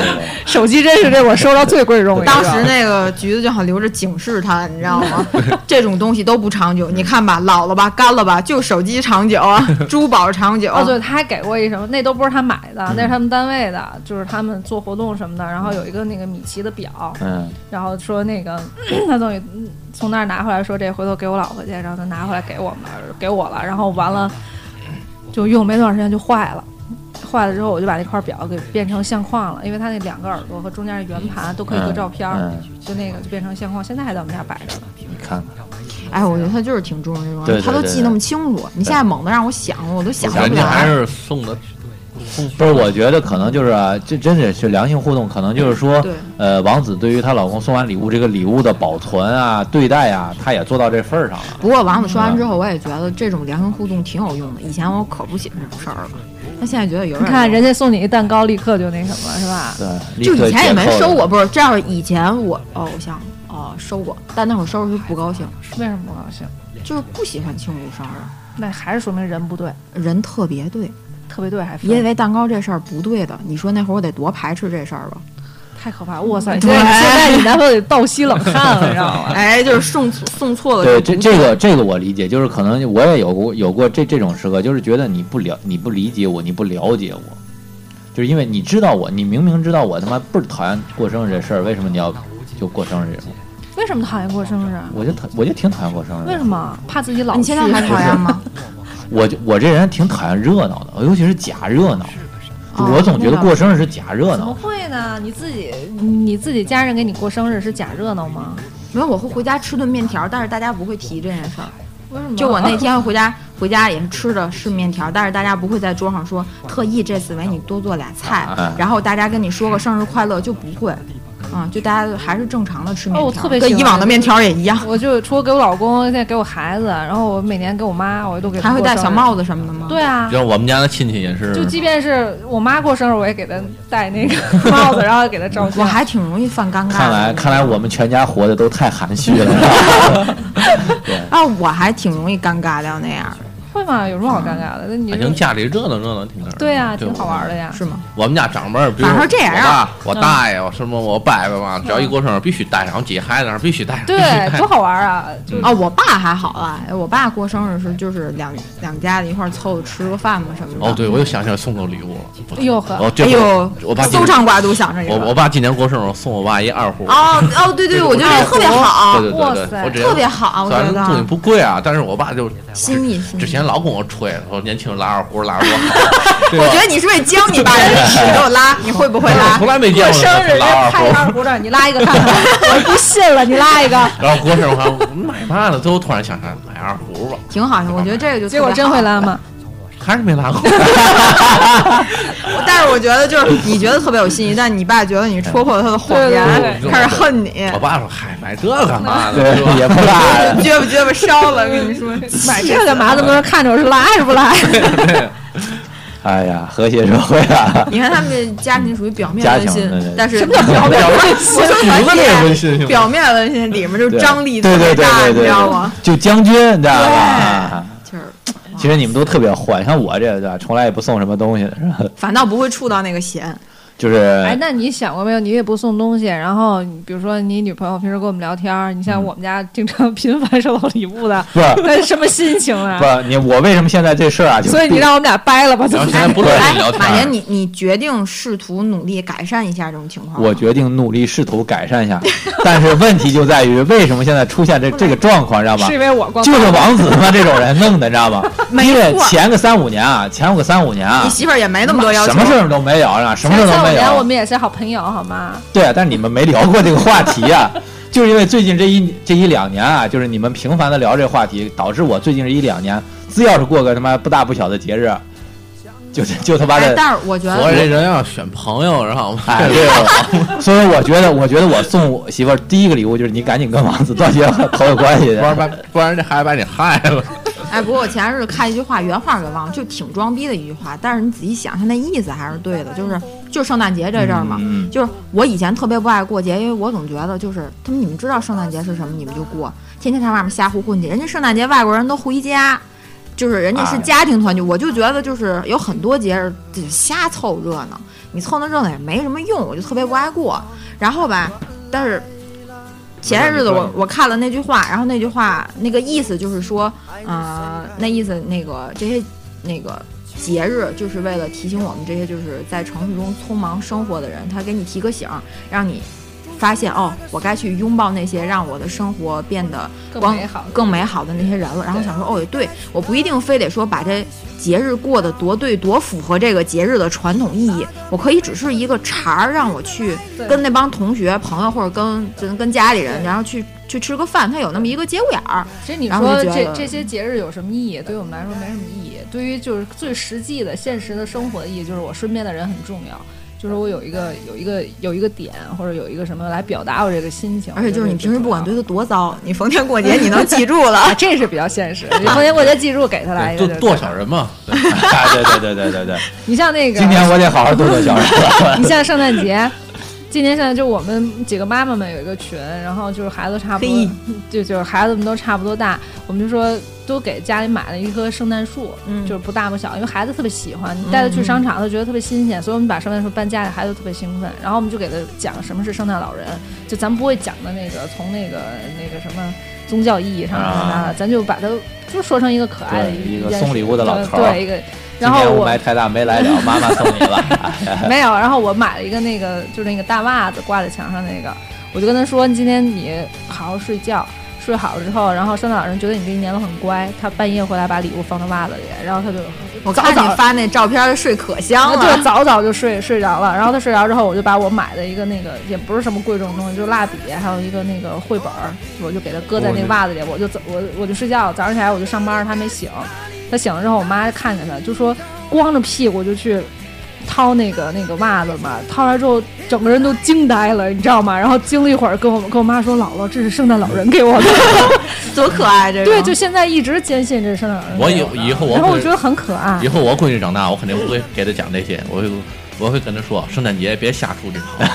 Speaker 4: 手机真是这我收到最贵重的。
Speaker 5: 当时那个橘子就好留着警示他，你知道吗？这种东西都不长久，你看吧，老了吧，干了吧，就手机长久啊，珠宝长久。
Speaker 4: 哦，对，他还给过一什么，那都不是他买的，那是他们单位的，就是他们做活动什么的，然后有一个那个米奇的表，嗯，然后说那个他终于从那儿拿回来，说这回头给我老婆去，然后他拿回来给我们给我了，然后完了就用没多长时间就坏了。坏了之后，我就把那块表给变成相框了，因为它那两个耳朵和中间的圆盘都可以搁照片，嗯嗯、就那个就变成相框，现在还在我们家摆着呢。
Speaker 2: 你看看，
Speaker 5: 哎，我觉得他就是挺重这种，他都记那么清楚。你现在猛地让我想，我都想不
Speaker 3: 人家还是送的。
Speaker 2: 不是，我觉得可能就是啊，这真的是良性互动，可能就是说，呃，王子对于她老公送完礼物，这个礼物的保存啊、对待啊，她也做到这份儿上了。
Speaker 5: 不过王子说完之后，我也觉得这种良性互动挺有用的。以前我可不喜欢这种事儿了。他现在觉得有点，
Speaker 4: 你看人家送你一蛋糕，立刻就那什么，是吧？
Speaker 2: 对，
Speaker 5: 就以前也没收过，不是这样。以前我哦，我想哦收过，但那会儿收拾是不高兴。
Speaker 4: 为什么不高兴？
Speaker 5: 就是不喜欢庆祝生日。
Speaker 4: 那还是说明人不对，
Speaker 5: 人特别对，
Speaker 4: 特别对还
Speaker 5: 因为蛋糕这事儿不对的。你说那会儿我得多排斥这事儿吧？
Speaker 4: 太可怕了！哇塞，现在现在你男朋友得倒吸冷汗了，你知道吗？
Speaker 5: 哎，就是送送错了。
Speaker 2: 对，这这个这个我理解，就是可能我也有过有过这这种时刻，就是觉得你不了你不理解我，你不了解我，就是因为你知道我，你明明知道我他妈不是讨厌过生日这事儿，为什么你要就过生日这种？
Speaker 4: 为什么讨厌过生日？
Speaker 2: 我就我就挺讨厌过生日。
Speaker 4: 为什么？怕自己老去？
Speaker 5: 你现在还讨厌吗？
Speaker 2: 我我这人挺讨厌热闹的，尤其是假热闹。我总觉得过生日是假热闹。
Speaker 4: 怎么会呢？你自己你自己家人给你过生日是假热闹吗？
Speaker 5: 没有，我会回家吃顿面条，但是大家不会提这件事儿。
Speaker 4: 为什么？
Speaker 5: 就我那天回家回家也是吃的是面条，但是大家不会在桌上说特意这次为你多做俩菜，啊、然后大家跟你说个生日快乐，就不会。嗯，就大家还是正常的吃面条，
Speaker 4: 哦、我特别
Speaker 5: 跟以往的面条也一样。
Speaker 4: 我就除了给我老公，现在给我孩子，然后我每年给我妈，我都给他。
Speaker 5: 还会戴小帽子什么的吗？
Speaker 4: 对啊，
Speaker 3: 就我们家的亲戚也是。
Speaker 4: 就即便是我妈过生日，我也给她戴那个帽子，然后给她照相。
Speaker 5: 我还挺容易犯尴尬的。
Speaker 2: 看来看来我们全家活的都太含蓄了。
Speaker 5: 对啊，我还挺容易尴尬的那样。
Speaker 4: 会吗？有什么好尴尬的？那你
Speaker 3: 反正家里热闹热闹挺
Speaker 4: 对呀、啊，挺好玩的呀，
Speaker 5: 是吗？
Speaker 3: 我们家长辈儿，比如
Speaker 5: 反正这样啊，
Speaker 3: 我大爷，我什么我伯伯嘛，只要一过生日必须带上，我姐孩子必须带上。
Speaker 4: 对，多好玩啊！
Speaker 5: 啊，我爸还好啊，我爸过生日是就是两两家子一块儿凑吃个饭嘛什么的。
Speaker 3: 哦，对，我又想起来送个礼物了。
Speaker 4: 哎呦呵，
Speaker 3: 哦，
Speaker 5: 哎呦，
Speaker 3: 我爸
Speaker 5: 搜肠刮肚想着这个。
Speaker 3: 我我爸今年过生日送我爸一二胡。
Speaker 5: 哦哦，对对，我觉得这特别好。
Speaker 3: 对对对对，我
Speaker 5: 特别好，我觉得。
Speaker 3: 东西不贵啊，但是我爸就
Speaker 5: 心意。
Speaker 3: 之前老跟我吹。说年轻人拉二胡拉多好，
Speaker 5: 我觉得你是为教你爸人你给我拉，你会不会拉？
Speaker 3: 从来没见过
Speaker 4: 生日人拍二胡的，你拉一个看看，我不信了，你拉一个。
Speaker 3: 然后过生日我买嘛呢？最后突然想起来买二胡吧，
Speaker 5: 挺好的。我觉得这个就
Speaker 4: 结果真会拉吗？
Speaker 3: 还是没拉过。
Speaker 5: 但是我觉得就是你觉得特别有心意，但你爸觉得你戳破了他的谎言，开始恨你。
Speaker 3: 我爸说：“嗨，买这干嘛呢？
Speaker 2: 对，也不拉，
Speaker 5: 撅吧撅吧烧了。”跟你说，
Speaker 4: 买这干嘛？这不是看着我是拉还是不拉？
Speaker 2: 哎呀，和谐社会啊！
Speaker 5: 你看他们这家庭属于表面温馨，但是
Speaker 4: 什么叫表面温馨？
Speaker 5: 温馨，表面温馨，里面就是张力特别大，你知道吗？
Speaker 2: 就将军，你知道吧？
Speaker 5: 就是。
Speaker 2: 其实你们都特别坏，像我这对吧，从来也不送什么东西的，是吧？
Speaker 5: 反倒不会触到那个弦。
Speaker 2: 就是
Speaker 4: 哎，那你想过没有？你也不送东西，然后比如说你女朋友平时跟我们聊天，你像我们家经常频繁收到礼物的，
Speaker 2: 不
Speaker 4: 那什么心情啊？
Speaker 2: 不，你我为什么现在这事儿啊？
Speaker 4: 所以你让我们俩掰了吧？怎么
Speaker 3: 现在不乐意聊天？
Speaker 5: 马岩，你你决定试图努力改善一下这种情况。
Speaker 2: 我决定努力试图改善一下，但是问题就在于为什么现在出现这这个状况，知道吗？
Speaker 4: 是因为我光
Speaker 2: 就是王子他妈这种人弄的，知道吗？因为前个三五年啊，前个三五年啊，
Speaker 5: 你媳妇儿也没那么多要求，
Speaker 2: 什么事儿都没有，啊，什么事儿都没有。
Speaker 4: 我们也是好朋友，好吗？
Speaker 2: 对啊，但是你们没聊过这个话题啊，就是因为最近这一这一两年啊，就是你们频繁的聊这个话题，导致我最近这一两年，只要是过个他妈不大不小的节日，就就他妈的。
Speaker 5: 哎、但是我觉得，
Speaker 3: 我这人要选朋友，然后
Speaker 2: 哎，对，所以我觉得，我觉得我送我媳妇儿第一个礼物就是你赶紧跟王子断绝口有关系，
Speaker 3: 不然把不然这孩子把你害了。
Speaker 5: 哎，不过我前日看一句话，原话给忘了，就挺装逼的一句话，但是你仔细想，他那意思还是对的，就是就圣诞节这阵儿嘛，
Speaker 2: 嗯、
Speaker 5: 就是我以前特别不爱过节，因为我总觉得就是他们你们知道圣诞节是什么，你们就过，天天上外面瞎胡混去，人家圣诞节外国人都回家，就是人家是家庭团聚，哎、我就觉得就是有很多节日瞎凑热闹。 你凑那热闹也没什么用，我就特别不爱过。然后吧，但是前些日子我我看了那句话，然后那句话那个意思就是说，呃，那意思那个这些那个节日就是为了提醒我们这些就是在城市中匆忙生活的人，他给你提个醒，让你发现哦，我该去拥抱那些让我的生活变得
Speaker 4: 更美好、
Speaker 5: 更美好的那些人了。然后想说，哦，对，我不一定非得说把这节日过得多对、多符合这个节日的传统意义，我可以只是一个茬儿，让我去跟那帮同学、朋友或者跟跟家里人，然后去去吃个饭，它有那么一个节骨眼儿。
Speaker 4: 其实你说这这些节日有什么意义？对于我们来说没什么意义。对于就是最实际的、现实的生活的意义，就是我身边的人很重要。就是我有一个有一个有一个点，或者有一个什么来表达我这个心情。
Speaker 5: 而且就是你平时不管对他多糟，你逢天过节你能记住了，
Speaker 4: 啊、这是比较现实。你逢天过节记住，给他来一个，
Speaker 3: 剁小人嘛。
Speaker 2: 对对对对对对。
Speaker 4: 你像那个，
Speaker 2: 今年我得好好剁剁小人。
Speaker 4: 你像圣诞节。今年现在就我们几个妈妈们有一个群，然后就是孩子差不多，就就是孩子们都差不多大，我们就说都给家里买了一棵圣诞树，嗯，就是不大不小，因为孩子特别喜欢，你带他去商场，他觉得特别新鲜，所以我们把圣诞树搬家里，孩子特别兴奋。然后我们就给他讲什么是圣诞老人，就咱们不会讲的那个从那个那个什么宗教意义上的，啊、咱就把它就说成一个可爱的
Speaker 2: 一个送礼物的老头，
Speaker 4: 对一个。然后我
Speaker 2: 雾霾太大没来了，妈妈送你了。
Speaker 4: 没有，然后我买了一个那个，就是那个大袜子挂在墙上那个，我就跟他说：“今天你好好睡觉，睡好了之后，然后圣诞老人觉得你这一年都很乖，他半夜回来把礼物放到袜子里，然后他就
Speaker 5: 我看你发那照片睡可香了，
Speaker 4: 对，早早就睡睡着了。然后他睡着之后，我就把我买的一个那个也不是什么贵重的东西，就是蜡笔，还有一个那个绘本，我就给他搁在那个袜子里，我就走，我我就睡觉，早上起来我就上班，他没醒。”他醒了之后，我妈看见他，就说光着屁股就去掏那个那个袜子嘛，掏出来之后，整个人都惊呆了，你知道吗？然后惊了一会儿，跟我跟我妈说：“姥姥，这是圣诞老人给我的，
Speaker 5: 多可爱！”这个
Speaker 4: 对，就现在一直坚信这是圣诞老人。
Speaker 3: 我以以后我，
Speaker 4: 然后我觉得很可爱。
Speaker 3: 以后我闺女长大，我肯定不会给她讲这些，我会我会跟她说：圣诞节别瞎出去跑。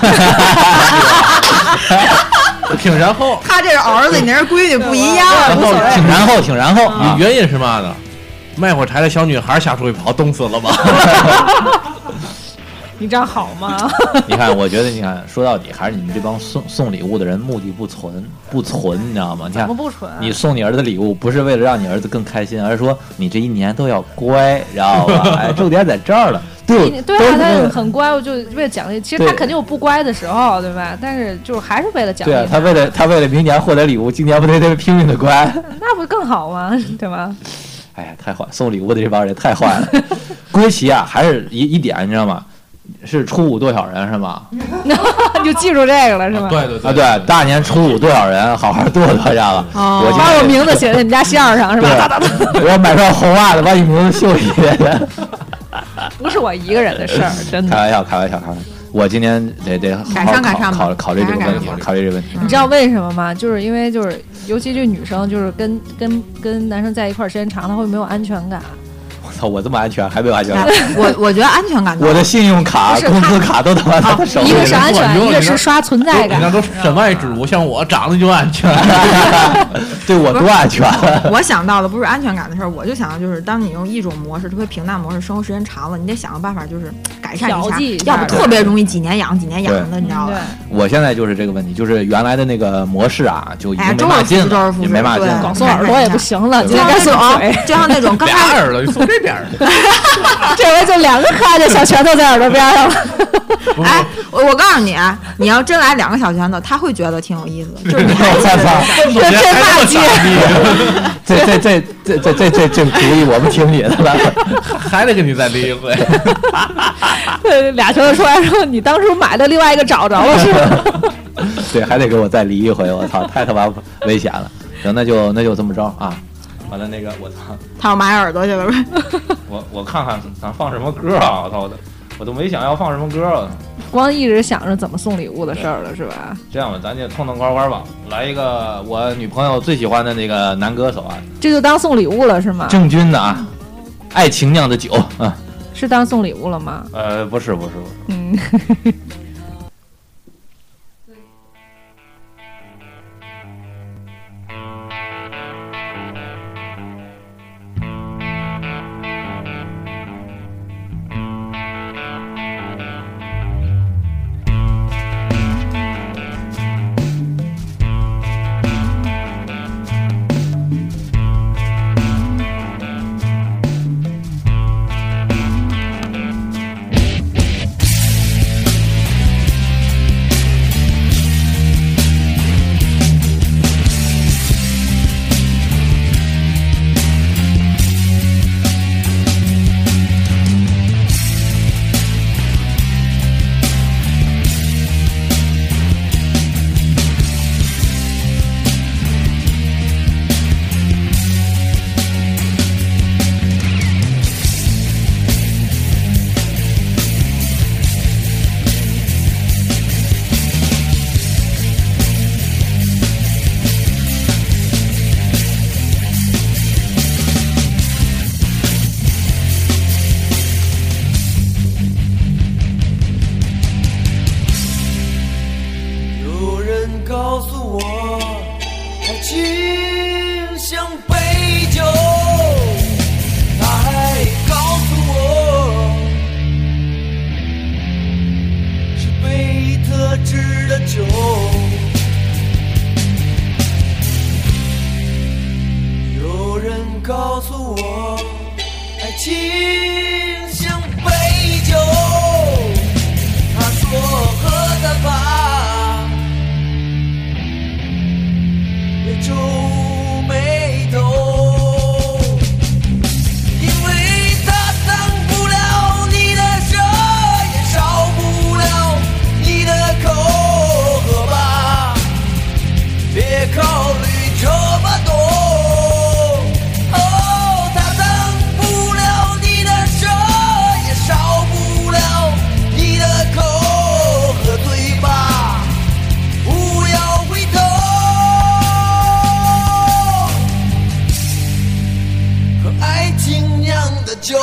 Speaker 3: 挺然后，
Speaker 5: 他这是儿子，你那是闺女，不一样。
Speaker 2: 然后挺然后，挺然后，
Speaker 3: 啊、原因是嘛呢？卖火柴的小女孩瞎出去跑，冻死了吧？
Speaker 4: 你这样好吗？
Speaker 2: 你看，我觉得，你看，说到底还是你们这帮送送礼物的人目的不纯，不纯，你知道吗？你看，
Speaker 4: 怎么不纯、啊？
Speaker 2: 你送你儿子礼物，不是为了让你儿子更开心，而是说你这一年都要乖，知道吧？哎，重点在这儿了。对
Speaker 4: 对啊，他很乖，我就为了奖励。其实他肯定有不乖的时候，对吧？但是就是还是为了奖励。
Speaker 2: 对啊，他为了他为了明年获得礼物，今年不得得拼命的乖？
Speaker 4: 那不更好吗？对吧？
Speaker 2: 哎呀，太坏！送礼物的这帮人太坏了。归齐啊，还是一一点，你知道吗？是初五多少人是吗？
Speaker 4: 就记住这个了是吗？
Speaker 3: 啊对对对
Speaker 2: 啊，对，大年初五多少人，好好剁剁，知道吧？
Speaker 4: 哦、
Speaker 2: 我
Speaker 4: 把我名字写在你们家线上是吧？
Speaker 2: 我买双红袜子，把你名字绣上去。
Speaker 4: 不是我一个人的事儿，真的。
Speaker 2: 开玩笑，开玩笑，开玩笑。我今年得得好好考考考虑这个问题，考虑这个问题。
Speaker 4: 你知道为什么吗？就是因为就是，尤其这女生，就是跟跟跟男生在一块儿时间长，她会没有安全感。
Speaker 2: 我操！我这么安全，还没有安全感。
Speaker 5: 我我觉得安全感，
Speaker 2: 我的信用卡、工资卡都他妈他的手里。
Speaker 4: 一个是安全，一个是刷存在感。
Speaker 3: 那都身外之物，像我长得就安全。
Speaker 2: 对我多安全。
Speaker 5: 我想到的不是安全感的事儿，我就想到就是，当你用一种模式，特别平淡模式生活时间长了，你得想个办法，就是改善一下，要不特别容易几年养几年养的，你知道吧？
Speaker 2: 我现在就是这个问题，就是原来的那个模式啊，就已经没嘛劲了，也没嘛劲了，
Speaker 4: 光送耳朵也不行了，
Speaker 5: 就像那种，就像那种刚
Speaker 3: 开耳朵就送这边儿，
Speaker 4: 这回就两个可爱的小拳头在耳朵边上了。
Speaker 5: 哎，我我告诉你啊，你要真来两个小拳头，他会觉得挺有意思的，就是你还
Speaker 2: 这
Speaker 5: 真骂街，
Speaker 2: 这这这这这这这这主意我们听你的了，
Speaker 3: 还得跟你再离一回。
Speaker 4: 对，俩拳头出来说你当初买的另外一个找着了是吧？
Speaker 2: 对，还得给我再离一回，我操，太他妈危险了。行，那就那就这么着啊。完了那个我操，
Speaker 5: 他要买耳朵去了呗。
Speaker 2: 我我看看咱放什么歌啊！我操我的。我都没想要放什么歌了，
Speaker 4: 光一直想着怎么送礼物的事儿了，是吧？
Speaker 2: 这样吧，咱就痛痛快快吧，来一个我女朋友最喜欢的那个男歌手啊，
Speaker 4: 这就当送礼物了是吗？
Speaker 2: 郑钧的啊，《爱情酿的酒》啊，
Speaker 4: 是当送礼物了吗？
Speaker 2: 呃，不是，不是，不是，
Speaker 4: 嗯。
Speaker 1: 告诉我，爱情像杯酒，他还告诉我，是被特制的酒。有人告诉我，爱情像杯酒，他说喝的吧，别皱眉头，因为它挡不了你的舌，也少不了你的口，喝吧，别考虑这么多。酒，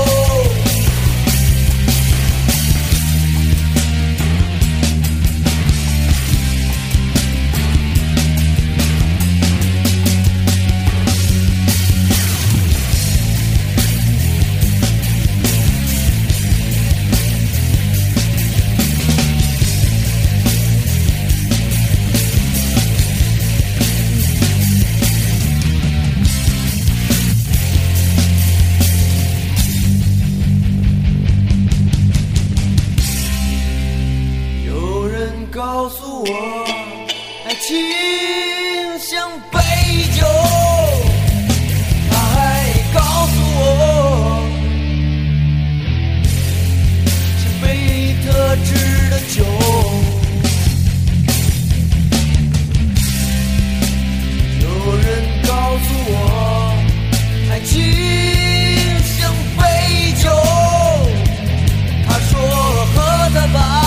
Speaker 1: 告诉我，爱情像杯酒，他还告诉我，是被特制的酒。有人告诉我，爱情像杯酒，他说喝的吧，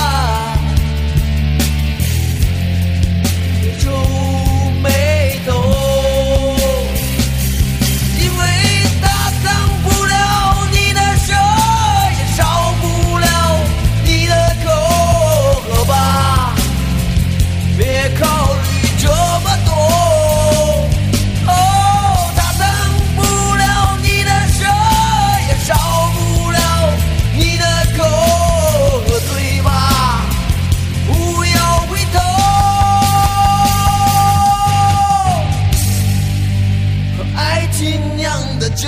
Speaker 1: 酒。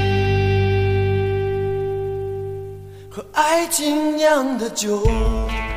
Speaker 1: 和爱情酿的酒。